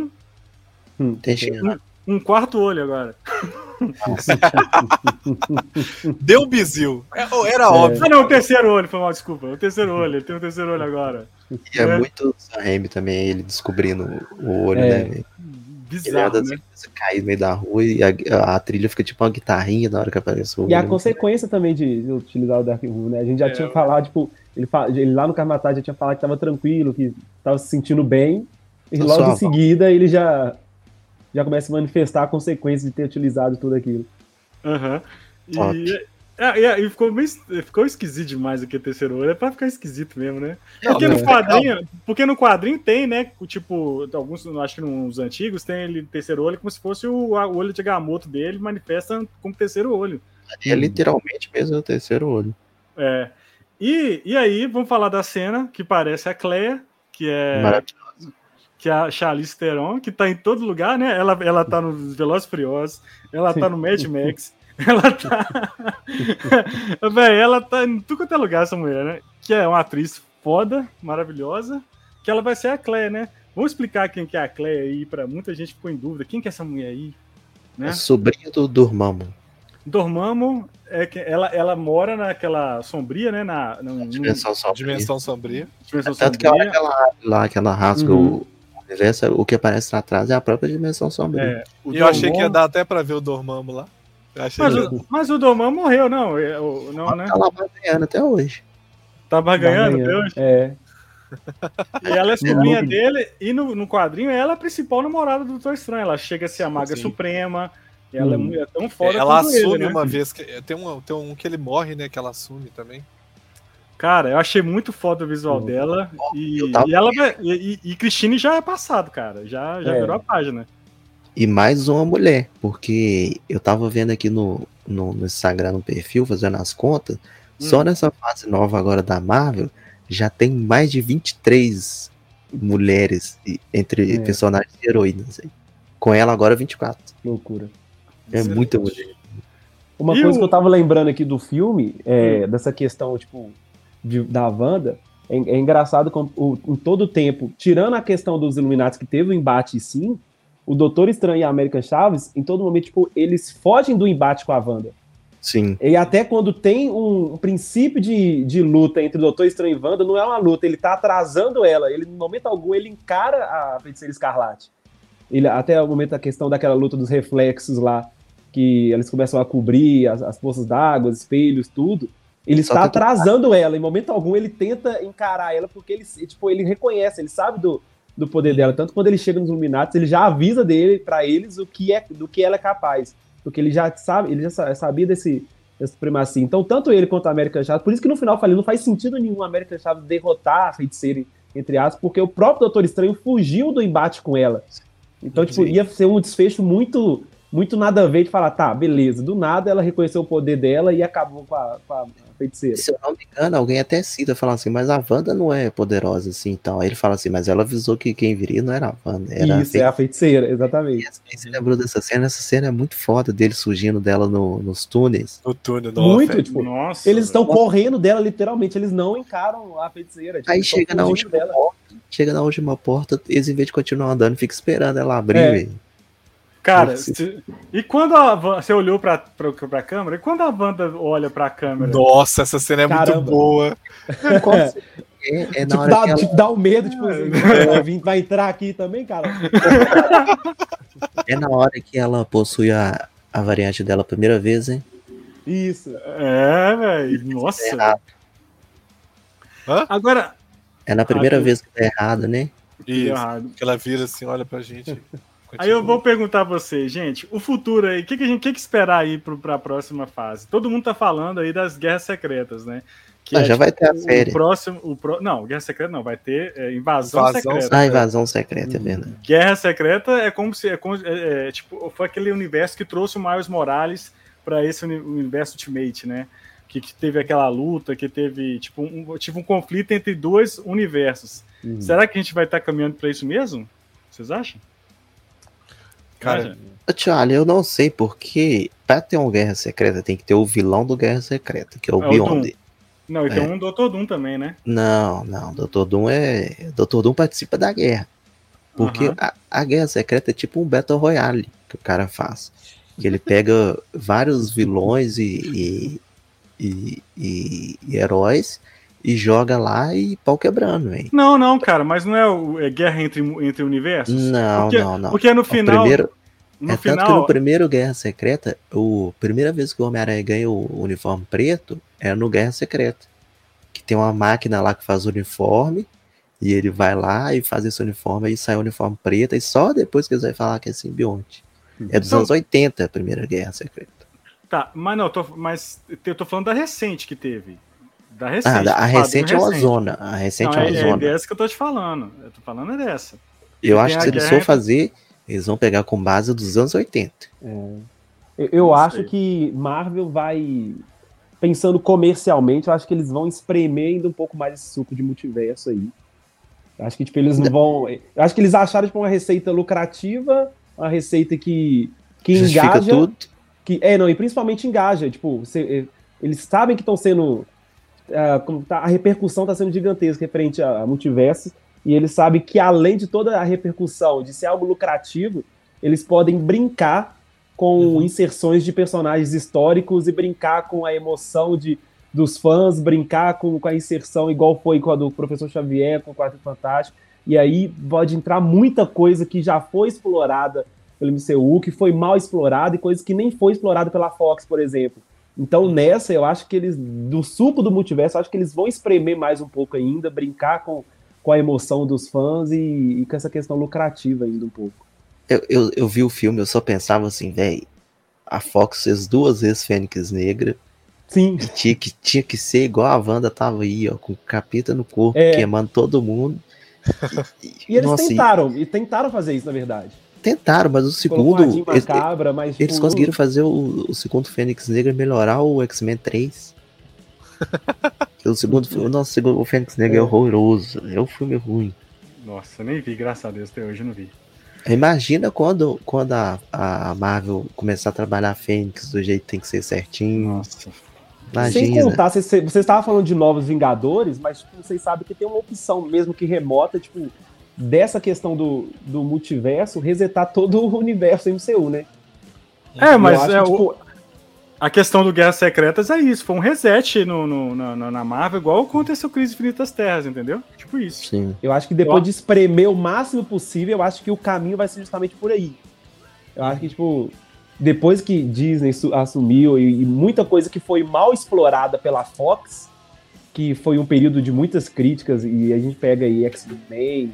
um quarto olho agora. Deu um bizil. Era óbvio. Ah, não, o terceiro olho, foi mal, desculpa. O terceiro olho, ele tem um terceiro olho agora. E é muito Sam Raimi também, ele descobrindo o olho, né? Bizarro, né? Você cai no meio da rua e a trilha fica tipo uma guitarrinha na hora que aparece o olho. E a consequência também de utilizar o Dark Room, né? A gente já tinha falado, tipo, ele lá no Kamar-Taj já tinha falado que tava tranquilo, que tava se sentindo bem, e logo em seguida ele já começa a manifestar a consequência de ter utilizado tudo aquilo. E ficou esquisito demais aqui o terceiro olho. É pra ficar esquisito mesmo, né? Porque no quadrinho tem, né? Tipo, alguns, acho que nos antigos, tem ele terceiro olho como se fosse o olho de Agamotto dele, manifesta como terceiro olho. É literalmente mesmo o terceiro olho. E aí, vamos falar da cena que parece a Clea, que é a Charlize Theron, que tá em todo lugar, né? Ela tá nos Velozes e Furiosos, ela tá no Mad Max, ela tá em tudo quanto é lugar, essa mulher, né? Que é uma atriz foda, maravilhosa, que ela vai ser a Clea, né? Vamos explicar quem que é a Clea aí, pra muita gente ficou em dúvida. Quem que é essa mulher aí? Né? É sobrinha do Dormammu. Dormammu, ela mora naquela sombria, né? Na Dimensão sombria. Tanto que que ela rasga o universo, o que aparece lá atrás é a própria Dimensão Sombria. E eu achei que ia dar até pra ver o Dormammu lá. Mas o Dormammu morreu, não, né? Tá lá barganhando até hoje. Tá barganhando até hoje? E ela é sobrinha dele, e no quadrinho ela é a principal namorada do Doutor Estranho. Ela chega a ser a Maga Suprema. Ela é tão foda ela quanto assume ele, né? uma vez que. Tem um que ele morre, né? Que ela assume também. Cara, eu achei muito foda o visual dela. E Christine já é passado, cara. Já virou a página. E mais uma mulher, porque eu tava vendo aqui no Instagram, no perfil, fazendo as contas, só nessa fase nova agora da Marvel, já tem mais de 23 mulheres entre personagens e heroínas. Com ela agora 24. Loucura. É muita mulher. Uma coisa que eu tava lembrando aqui do filme, dessa questão, tipo, da Wanda, é engraçado como em todo o tempo, tirando a questão dos Illuminati, que teve um embate sim, o Doutor Estranho e a América Chaves, em todo momento, tipo, eles fogem do embate com a Wanda. Sim. E até quando tem um princípio de luta entre o Doutor Estranho e Wanda, não é uma luta, ele tá atrasando ela. Ele, no momento algum, ele encara a Feiticeira Escarlate. Até o momento da questão daquela luta dos reflexos lá, que eles começam a cobrir as poças d'água, os espelhos, tudo. Ele está atrasando ela. Em momento algum, ele tenta encarar ela, porque ele reconhece, ele sabe do poder dela. Tanto quando ele chega nos Illuminati, ele já avisa para eles do que ela é capaz. Porque ele já sabia desse supremacia. Então, tanto ele quanto a América Chaves, por isso que no final eu falei, não faz sentido nenhum a América Chaves derrotar a Feiticeira, entre aspas, porque o próprio Doutor Estranho fugiu do embate com ela. Então, tipo, ia ser um desfecho muito, muito nada a ver de falar, tá, beleza, do nada ela reconheceu o poder dela e acabou com a Feiticeira. Se eu não me engano, alguém até cita, fala assim, mas a Wanda não é poderosa assim, então. Aí ele fala assim, mas ela avisou que quem viria não era a Wanda, era Isso, é a Feiticeira, exatamente. E você lembrou dessa cena? Essa cena é muito foda, dele surgindo dela nos túneis. No túnel, muito, tipo, nossa, eles estão correndo dela, literalmente, eles não encaram a Feiticeira. Tipo, aí chega na última porta, eles em vez de continuar andando, fica esperando ela abrir, velho. Cara, e quando você olhou pra câmera, e quando a Wanda olha pra câmera? Nossa, essa cena é muito boa. É na hora que dá um medo, tipo, vai entrar aqui também, cara? É na hora que ela possui a variante dela a primeira vez, hein? Isso. É, velho. Nossa. Agora... É na primeira vez que tá errado, né? Isso, que ela vira assim, olha pra gente... Aí eu vou perguntar a vocês, gente, o futuro aí, o que esperar aí pra próxima fase? Todo mundo tá falando aí das Guerras Secretas, né? Que já vai ter a série. Não, Guerra Secreta não, vai ter Invasão Secreta. Invasão Secreta, é verdade. Guerra Secreta é como se, tipo, foi aquele universo que trouxe o Miles Morales pra esse universo Ultimate, né? Que teve aquela luta, que teve tipo um conflito entre dois universos. Será que a gente vai estar caminhando pra isso mesmo? Vocês acham? Cara, Tchau, eu não sei, porque pra ter uma Guerra Secreta tem que ter o vilão do Guerra Secreta, que é o Beyond. Não, e tem um Dr. Doom também, né? Não, Dr. Doom Dr. Doom participa da guerra. Porque a Guerra Secreta é tipo um Battle Royale que o cara faz. Que ele pega vários vilões e heróis e joga lá e pau quebrando, velho. Não, cara, mas não é guerra entre universos? Não. Porque no final... Tanto que no primeiro Guerra Secreta, a primeira vez que o Homem-Aranha ganha o uniforme preto é no Guerra Secreta. Que tem uma máquina lá que faz o uniforme, e ele vai lá e faz esse uniforme, e sai o uniforme preto, e só depois que eles vão falar que é simbionte. É dos anos 80 a primeira Guerra Secreta. Tá, mas eu tô falando da recente que teve. Da recente. A recente é uma zona. A recente é uma zona. É dessa que eu tô te falando. Eu tô falando dessa. Eu acho que se eles for fazer, eles vão pegar com base dos anos 80. Eu acho que Marvel vai, pensando comercialmente, eu acho que eles vão espremer ainda um pouco mais esse suco de multiverso aí. Eu acho que tipo, eles não vão... Eu acho que eles acharam tipo, uma receita lucrativa, uma receita que engaja... tudo. E principalmente engaja. Tipo, eles sabem que estão sendo... a repercussão está sendo gigantesca referente a multiverso, e eles sabem que além de toda a repercussão de ser algo lucrativo, eles podem brincar com inserções de personagens históricos e brincar com a emoção dos fãs, brincar com a inserção igual foi com a do Professor Xavier, com o Quarteto Fantástico, e aí pode entrar muita coisa que já foi explorada pelo MCU, que foi mal explorada, e coisas que nem foi explorada pela Fox, por exemplo. Então, eu acho que eles, do suco do multiverso, eu acho que eles vão espremer mais um pouco ainda, brincar com com a emoção dos fãs e com essa questão lucrativa ainda um pouco. Eu vi o filme, eu só pensava assim, velho, a Fox fez 2 vezes Fênix Negra. Sim. E tinha que ser igual a Wanda tava aí, ó, com o capeta no corpo, queimando todo mundo. E eles tentaram fazer isso, na verdade. Tentaram, mas o segundo... macabra, mas, eles conseguiram fazer o segundo Fênix Negra melhorar o X-Men 3. O segundo filme, nossa, o Fênix Negra é horroroso. É um filme ruim. Nossa, eu nem vi, graças a Deus, até hoje eu não vi. Imagina quando a Marvel começar a trabalhar a Fênix do jeito que tem que ser certinho. Nossa. Imagina. Sem contar, você estava falando de Novos Vingadores, mas tipo, vocês sabem que tem uma opção, mesmo que remota, tipo, dessa questão do multiverso, resetar todo o universo MCU, né? Mas a questão do Guerras Secretas é isso, foi um reset na Marvel, igual aconteceu com Crise Infinitas Terras, entendeu? Tipo isso. Sim. Eu acho que depois de espremer o máximo possível, eu acho que o caminho vai ser justamente por aí. Eu acho que, tipo, depois que Disney assumiu e muita coisa que foi mal explorada pela Fox, que foi um período de muitas críticas, e a gente pega aí X-Men,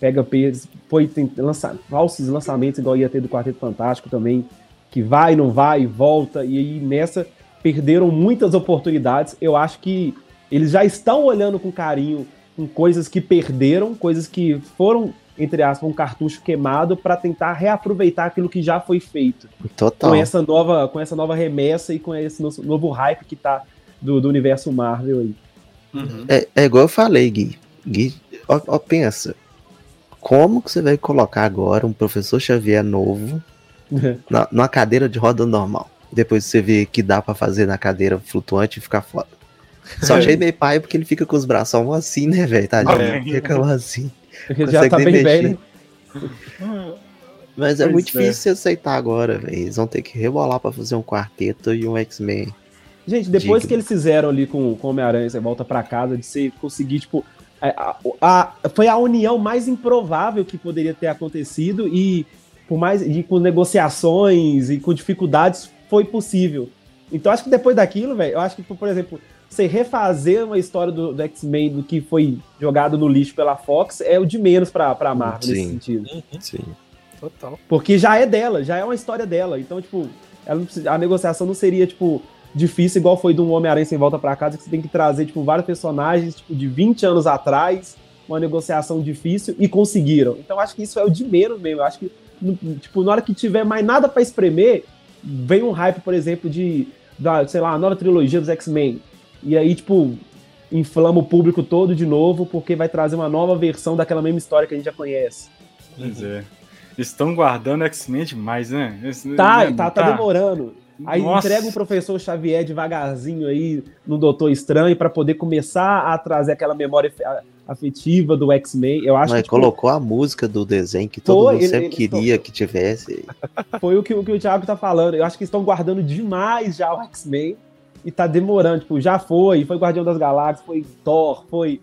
falsos lançamentos, igual ia ter do Quarteto Fantástico também, que vai, não vai, volta, e aí nessa perderam muitas oportunidades. Eu acho que eles já estão olhando com carinho com coisas que perderam, coisas que foram, entre aspas, um cartucho queimado para tentar reaproveitar aquilo que já foi feito. Total. Com essa nova remessa e com esse novo hype que tá do universo Marvel aí. Uhum. É igual eu falei, Gui, pensa, como que você vai colocar agora um professor Xavier novo numa cadeira de roda normal? Depois você vê que dá pra fazer na cadeira flutuante e ficar foda. Só achei meio pai porque ele fica com os braços assim, né, velho? Tadinho, fica assim. Ele já tá bem velho, né? Mas é muito difícil você aceitar agora, velho. Eles vão ter que rebolar pra fazer um quarteto e um X-Men. Gente, depois que eles fizeram ali com Homem-Aranha, você volta pra casa, de você conseguir, tipo... foi a união mais improvável que poderia ter acontecido e com negociações e com dificuldades foi possível. Então acho que depois daquilo, velho, eu acho que, por exemplo, você refazer uma história do X-Men do que foi jogado no lixo pela Fox é o de menos pra Marvel nesse sentido. Sim. Total. Porque já é dela, já é uma história dela. Então, tipo, a negociação não seria, tipo, difícil igual foi de um Homem-Aranha Sem Volta Pra Casa, que você tem que trazer, tipo, vários personagens, tipo, de 20 anos atrás, uma negociação difícil, e conseguiram. Então acho que isso é o de menos mesmo. Eu acho que, tipo, na hora que tiver mais nada pra espremer, vem um hype, por exemplo, sei lá, a nova trilogia dos X-Men. E aí, tipo, inflama o público todo de novo, porque vai trazer uma nova versão daquela mesma história que a gente já conhece. Pois é. Estão guardando X-Men demais, né? Tá demorando. Aí entrega o professor Xavier devagarzinho aí no Doutor Estranho pra poder começar a trazer aquela memória afetiva do X-Men. Eu acho que, tipo, colocou a música do desenho que todo mundo sempre queria que tivesse. Foi o que o Thiago tá falando. Eu acho que estão guardando demais já o X-Men e tá demorando. Tipo, já foi Guardião das Galáxias, foi Thor, foi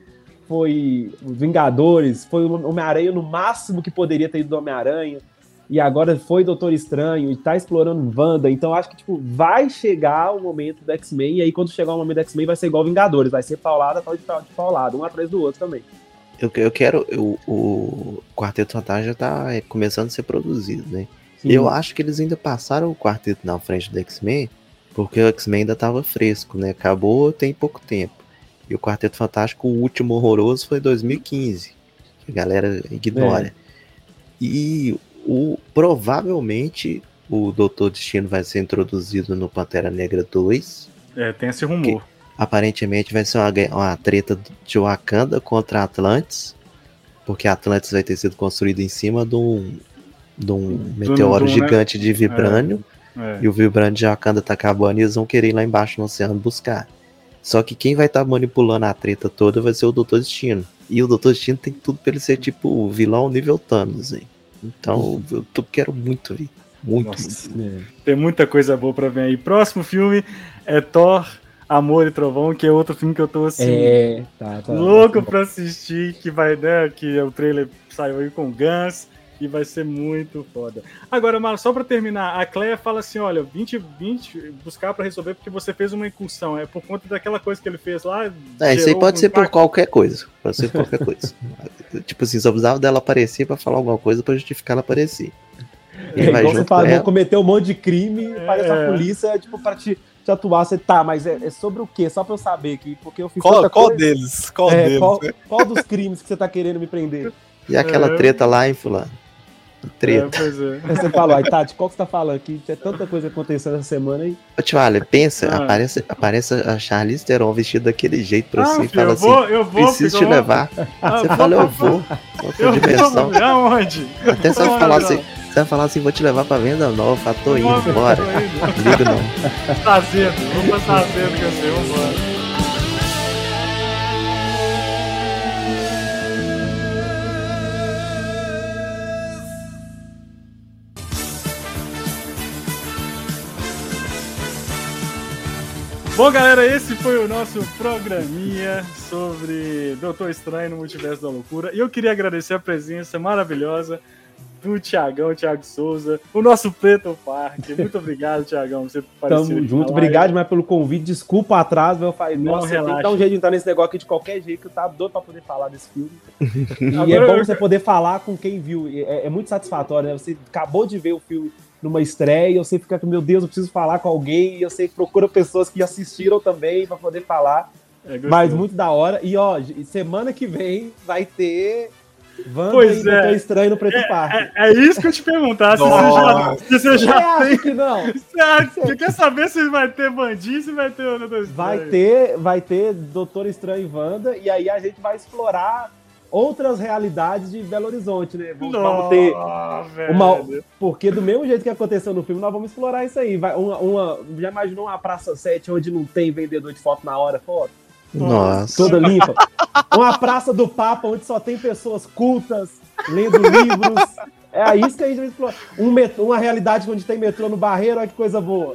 Vingadores, foi o Homem-Aranha no máximo que poderia ter ido do Homem-Aranha. E agora foi Doutor Estranho e tá explorando Wanda. Então acho que, tipo, vai chegar o momento do X-Men. E aí quando chegar o momento do X-Men vai ser igual Vingadores. Vai ser paulada de paulada, um atrás do outro também. Eu quero... O Quarteto Fantástico já tá começando a ser produzido, né? Sim. Eu acho que eles ainda passaram o Quarteto na frente do X-Men, porque o X-Men ainda tava fresco, né? Acabou tem pouco tempo. E o Quarteto Fantástico, o último horroroso, foi 2015. Que a galera ignora. E... provavelmente o Doutor Destino vai ser introduzido no Pantera Negra 2. Tem esse rumor. Aparentemente vai ser uma treta de Wakanda contra Atlantis, porque Atlantis vai ter sido construído em cima de um meteoro gigante de vibrânio, e o vibrânio de Wakanda tá acabando e eles vão querer ir lá embaixo no oceano buscar. Só que quem vai estar manipulando a treta toda vai ser o Doutor Destino. E o Doutor Destino tem tudo pra ele ser tipo o vilão nível Thanos, hein? Então, eu quero muito ver. Muito. Tem muita coisa boa pra ver aí. Próximo filme é Thor, Amor e Trovão, que é outro filme que eu tô assim louco pra assistir, que vai, né, que o trailer saiu aí com o Guns. que vai ser muito foda. Agora, Marlon, só pra terminar, a Cleia fala assim, olha, 2020 buscar pra resolver porque você fez uma incursão, é por conta daquela coisa que ele fez lá. Isso aí pode ser por qualquer coisa, pode ser por qualquer coisa. Tipo assim, só precisava dela aparecer pra falar alguma coisa pra justificar ela aparecer. Igual você fala, vou cometer um monte de crime, parece a polícia, tipo, pra te atuar, você mas é sobre o quê? Só pra eu saber aqui, porque eu fiz qual deles? Qual dos crimes que você tá querendo me prender? E aquela treta lá, hein, fulano? Treta. Pois é. Você falou, aí, Tati, qual que você tá falando aqui? Tinha tanta coisa acontecendo essa semana aí. Ô, tio, olha, pensa, aparece a Charlize Theron vestida daquele jeito pra você e fala assim, eu vou, preciso te levar. Você fala, eu vou. Outra dimensão. Aonde? Até você vai falar assim, vou te levar pra Venda Nova, tô indo, bora. Ligo não. Fazendo, vamos fazendo que eu sei, vambora. Bom, galera, esse foi o nosso programinha sobre Doutor Estranho no Multiverso da Loucura. E eu queria agradecer a presença maravilhosa do Thiago Souza, o nosso Preto Park. Muito obrigado, Thiagão, por você aparecer. Tamo junto, obrigado demais pelo convite. Desculpa o atraso, eu falei, nossa, tem que dar um jeito de entrar nesse negócio aqui de qualquer jeito, que eu tava doido pra poder falar desse filme. E é bom você poder falar com quem viu. É muito satisfatório, né? Você acabou de ver o filme numa estreia e você fica com, meu Deus, eu preciso falar com alguém, e eu sei que procura pessoas que assistiram também pra poder falar. Mas muito da hora. E ó, semana que vem vai ter Wanda e Doutor Estranho no Preto Parque. É isso que eu te perguntar, se você já tem. Que não. Você quer saber se vai ter Vandinho, se vai ter o Doutor Estranho? Vai ter Doutor Estranho e Wanda, e aí a gente vai explorar outras realidades de Belo Horizonte, né? Vamos ter porque do mesmo jeito que aconteceu no filme, nós vamos explorar isso aí. Já imaginou uma Praça 7 onde não tem vendedor de foto na hora? Foto? Nossa. Toda limpa. Uma Praça do Papa onde só tem pessoas cultas, lendo livros. É isso que a gente vai explorar. Uma realidade onde tem metrô no Barreiro, olha que coisa boa.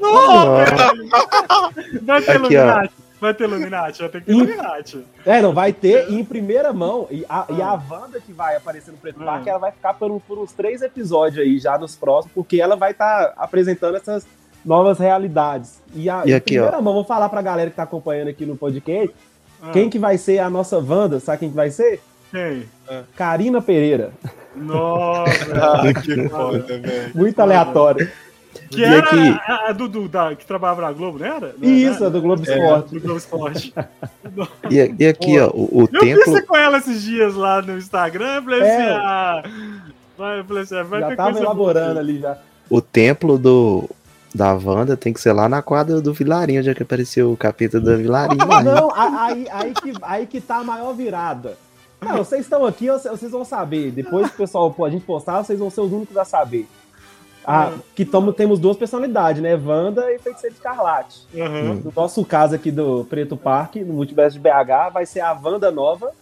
Vai ter Illuminati. Vai ter Illuminati, vai ter que ter Illuminati. Não, vai ter em primeira mão. E a Wanda que vai aparecer no Preto Parque, ela vai ficar por uns 3 episódios aí, já nos próximos, porque ela vai estar apresentando essas novas realidades. E em aqui, primeira mão, vou falar pra galera que tá acompanhando aqui no podcast, quem que vai ser a nossa Wanda, sabe quem que vai ser? Quem? Karina Pereira. Nossa, que foda, velho. Muito aleatório. Que era a Dudu, que trabalhava na Globo, não era? Isso, do Globo Esporte. Do Globo Esporte. E aqui, ó, o templo... Eu vi com ela esses dias lá no Instagram, eu falei assim, vai já ter tava coisa elaborando ali já. O templo da Wanda tem que ser lá na quadra do Vilarinho, já que apareceu o capítulo da Vilarinho. Não, aí que tá a maior virada. Não, vocês estão aqui, vocês vão saber. Depois que o pessoal, a gente postar, vocês vão ser os únicos a saber. Temos 2 personalidades, né? Wanda e Feiticeiro Escarlate. No nosso caso aqui do Preto Parque, no Multiverso de BH, vai ser a Wanda nova.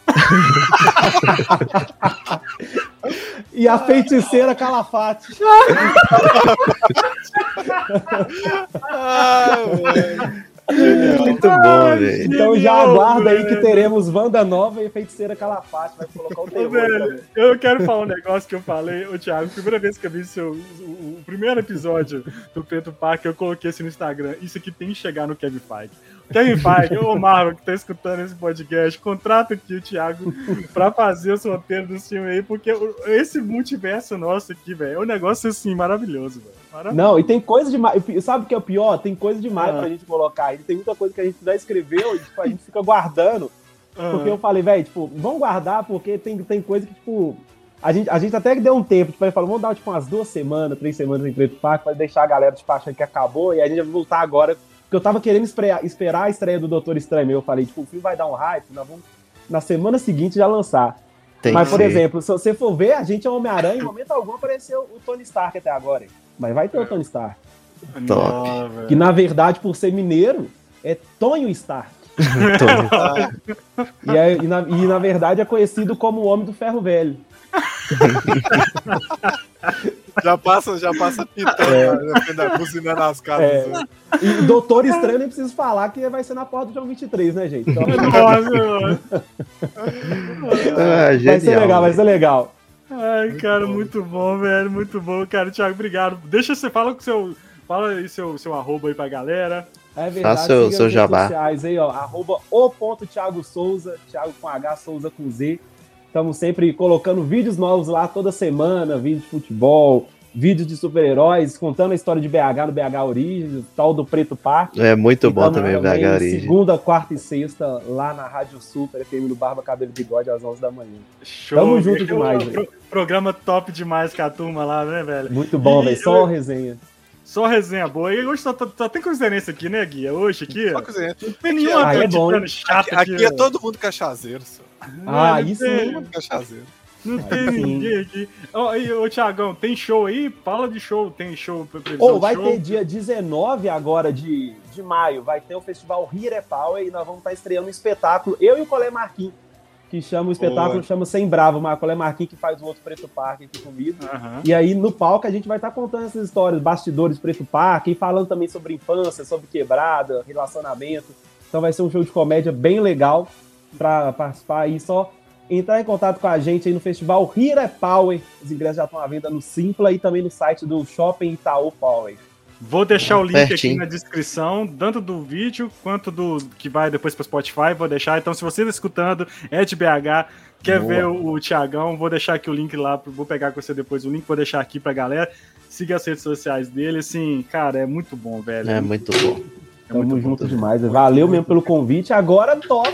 E a Feiticeira Calafate. Muito bom, velho. Então já aguarda aí que teremos Wanda nova e Feiticeira Calafate. Vai colocar o terror. Velho, eu quero falar um negócio que eu falei, Thiago. Primeira vez que eu vi o primeiro episódio do Preto Parque, eu coloquei assim no Instagram. Isso aqui tem que chegar no Kevin Feige. Kevin Feige, ô Marvel, que tá escutando esse podcast, contrata aqui o Thiago pra fazer os roteiros do filme aí, porque esse multiverso nosso aqui, velho, é um negócio assim maravilhoso, velho. Não, e tem coisa demais. Sabe o que é o pior? Tem coisa demais pra gente colocar aí. Tem muita coisa que a gente já escreveu e tipo, a gente fica guardando. Porque eu falei, velho, tipo, vamos guardar, porque tem coisa que, tipo. A gente até que deu um tempo, tipo, ele falou, vamos dar tipo umas 2 semanas, 3 semanas em Preto Parque, pra deixar a galera tipo, achando que acabou, e a gente vai voltar agora. Porque eu tava querendo esperar a estreia do Doutor Estranho. Eu falei, tipo, o filme vai dar um hype, nós vamos na semana seguinte já lançar. Mas, por exemplo, se você for ver, a gente é Homem-Aranha, em momento algum apareceu o Tony Stark até agora. Mas vai ter o Tony Stark. Top. Que, na verdade, por ser mineiro, é Tonho Stark. E na verdade é conhecido como o Homem do Ferro Velho. Já passa pitando, buzinando as casas. E Doutor Estranho nem preciso falar que vai ser na porta do João 23, né, gente? Então, Nossa, vai ser legal. Ai, cara, muito bom, velho. Muito bom, cara. Thiago, obrigado. Deixa você fala aí seu arroba aí pra galera. É verdade. Faça seu jabá. Sociais aí, ó, @o.Thiago Souza, Thiago com H, Souza com Z. Estamos sempre colocando vídeos novos lá toda semana, vídeo de futebol, vídeo de super-heróis, contando a história de BH no BH Origins, tal do Preto Parque. É muito bom também o BH Origins. Segunda, quarta e sexta, lá na Rádio Super, FM do Barba, Cabelo e Bigode, às 11 da manhã. Show. Tamo junto demais, velho. Programa top demais com a turma lá, né, velho? Muito bom, velho. Só resenha. Só resenha boa. E hoje só tem coisa nesse aqui, né, Gui? Hoje aqui. Só coisa. Não tem nenhuma é bom. chata aqui é todo mundo cachazeiro, só. Isso é todo mundo cachazeiro. Não tem ninguém aqui. Ô, Thiagão, tem show aí? Fala de show. Tem show pra previsão vai ter dia 19 agora de maio. Vai ter o festival Here Power e nós vamos estar estreando um espetáculo. Eu e o Colé Marquinhos, que chama o espetáculo, chama Sem Bravo. O Colé Marquinhos que faz o outro Preto Parque aqui comigo. E aí no palco a gente vai estar contando essas histórias, bastidores Preto Parque, e falando também sobre infância, sobre quebrada, relacionamento. Então vai ser um show de comédia bem legal para participar aí. Só entrar em contato com a gente aí no festival Here Power. Os ingressos já estão à venda no Simpla e também no site do Shopping Itaú Power. Vou deixar o link aqui na descrição, tanto do vídeo quanto do que vai depois para Spotify, vou deixar. Então, se você está escutando, é de BH, quer ver o Thiagão, vou deixar aqui o link lá, vou pegar com você depois o link, vou deixar aqui pra galera. Siga as redes sociais dele, assim, cara, é muito bom, velho. É muito bom. Tamo junto demais. Valeu mesmo pelo convite. Agora Thor.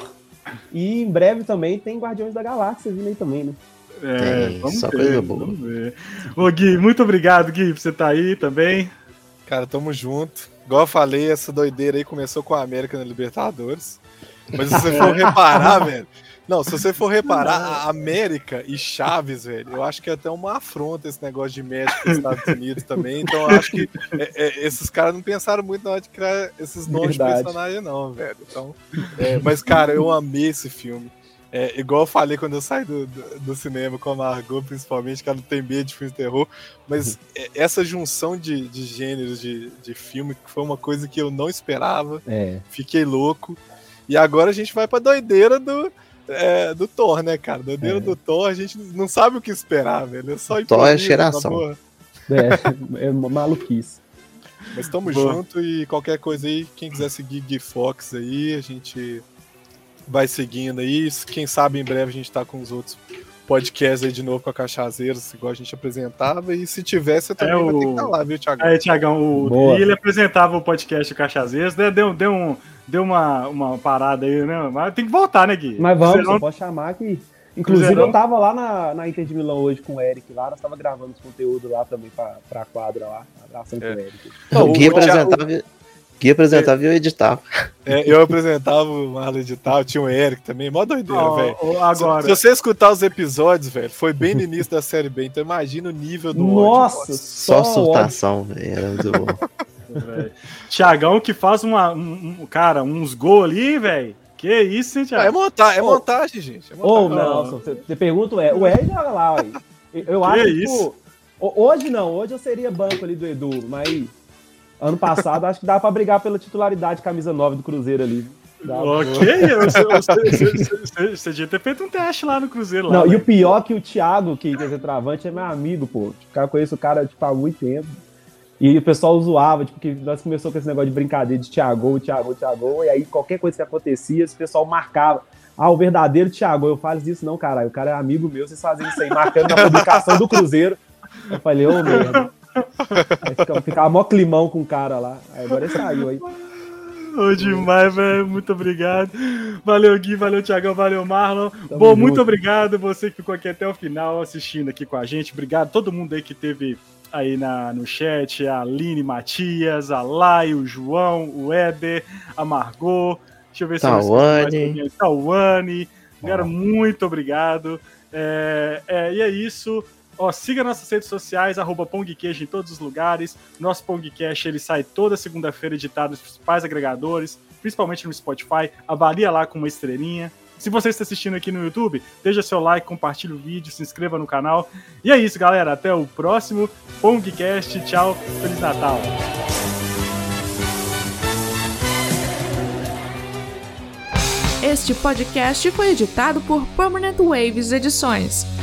E em breve também tem Guardiões da Galáxia vindo aí também, né? Vamos ver. Ô, Gui, muito obrigado, Gui, por você estar aí também. Cara, tamo junto. Igual eu falei, essa doideira aí começou com a América na Libertadores. Mas se você for reparar, velho... Não, se você for reparar, a América e Chaves, velho, eu acho que é até uma afronta esse negócio de México e Estados Unidos também. Então eu acho que esses caras não pensaram muito na hora de criar esses nomes de personagem, não, velho. Então, mas, cara, eu amei esse filme. Igual eu falei quando eu saí do cinema com a Margot, principalmente, que ela não tem medo de filme de terror, mas essa junção de gêneros de filme que foi uma coisa que eu não esperava, fiquei louco, e agora a gente vai pra doideira do Thor, né, cara? Doideira do Thor, a gente não sabe o que esperar, velho, só Thor é cheiração. É maluquice. Mas tamo junto, e qualquer coisa aí, quem quiser seguir Gui Fox aí, a gente... vai seguindo aí, quem sabe em breve a gente tá com os outros podcasts aí de novo com a Cachazeiros, igual a gente apresentava, e se tivesse eu também vai ter que estar lá, viu, Thiagão? Thiagão, ele apresentava o podcast Cachazeiros, né? Deu uma parada aí, né? Mas tem que voltar, né, Gui? Mas vamos, você pode chamar que... Inclusive eu tava lá na Inter de Milão hoje com o Eric lá, nós tava gravando os conteúdos lá também pra quadra lá, abraçando com o Eric. Então, o Gui apresentava e eu editava. Eu apresentava, o Marlon editava, tinha o Eric também, mó doideira, velho. Agora... Se você escutar os episódios, velho, foi bem no início da série B, então imagina o nível do Nossa, ódio. Só surtação, velho, era muito bom. Thiagão que faz cara, uns gols ali, velho. Que isso, hein, Thiago? É montagem, gente. Nelson, você pergunta, o Eric joga lá, aí. Eu acho que, tipo, hoje eu seria banco ali do Edu, mas... Ano passado, acho que dava pra brigar pela titularidade camisa 9 do Cruzeiro ali. Você devia ter feito um teste lá no Cruzeiro. Não, e o pior que o Thiago, que é centroavante, é meu amigo, pô. Eu conheço o cara tipo, há muito tempo. E o pessoal zoava, tipo, que nós começamos com esse negócio de brincadeira de Thiago, e aí qualquer coisa que acontecia, esse pessoal marcava. O verdadeiro Thiago. Eu falo isso não, caralho. O cara é amigo meu, vocês fazem isso aí, marcando na publicação do Cruzeiro. Eu falei, merda. Aí ficava mó climão com o cara lá. Aí agora ele saiu aí. Demais, velho. Muito obrigado. Valeu, Gui. Valeu, Thiagão. Valeu, Marlon. Muito obrigado você que ficou aqui até o final assistindo aqui com a gente. Obrigado a todo mundo aí que teve aí no chat. A Aline Matias, a Lai, o João, o Éder, a Margot. Deixa eu ver se eu Tawane. Galera, muito obrigado. E é isso. Siga nossas redes sociais, @PongQueijo em todos os lugares. Nosso Pongcast, ele sai toda segunda-feira editado nos principais agregadores, principalmente no Spotify. Avalia lá com uma estrelinha. Se você está assistindo aqui no YouTube, deixa seu like, compartilhe o vídeo, se inscreva no canal. E é isso, galera. Até o próximo Pongcast. Tchau. Feliz Natal. Este podcast foi editado por Permanent Waves Edições.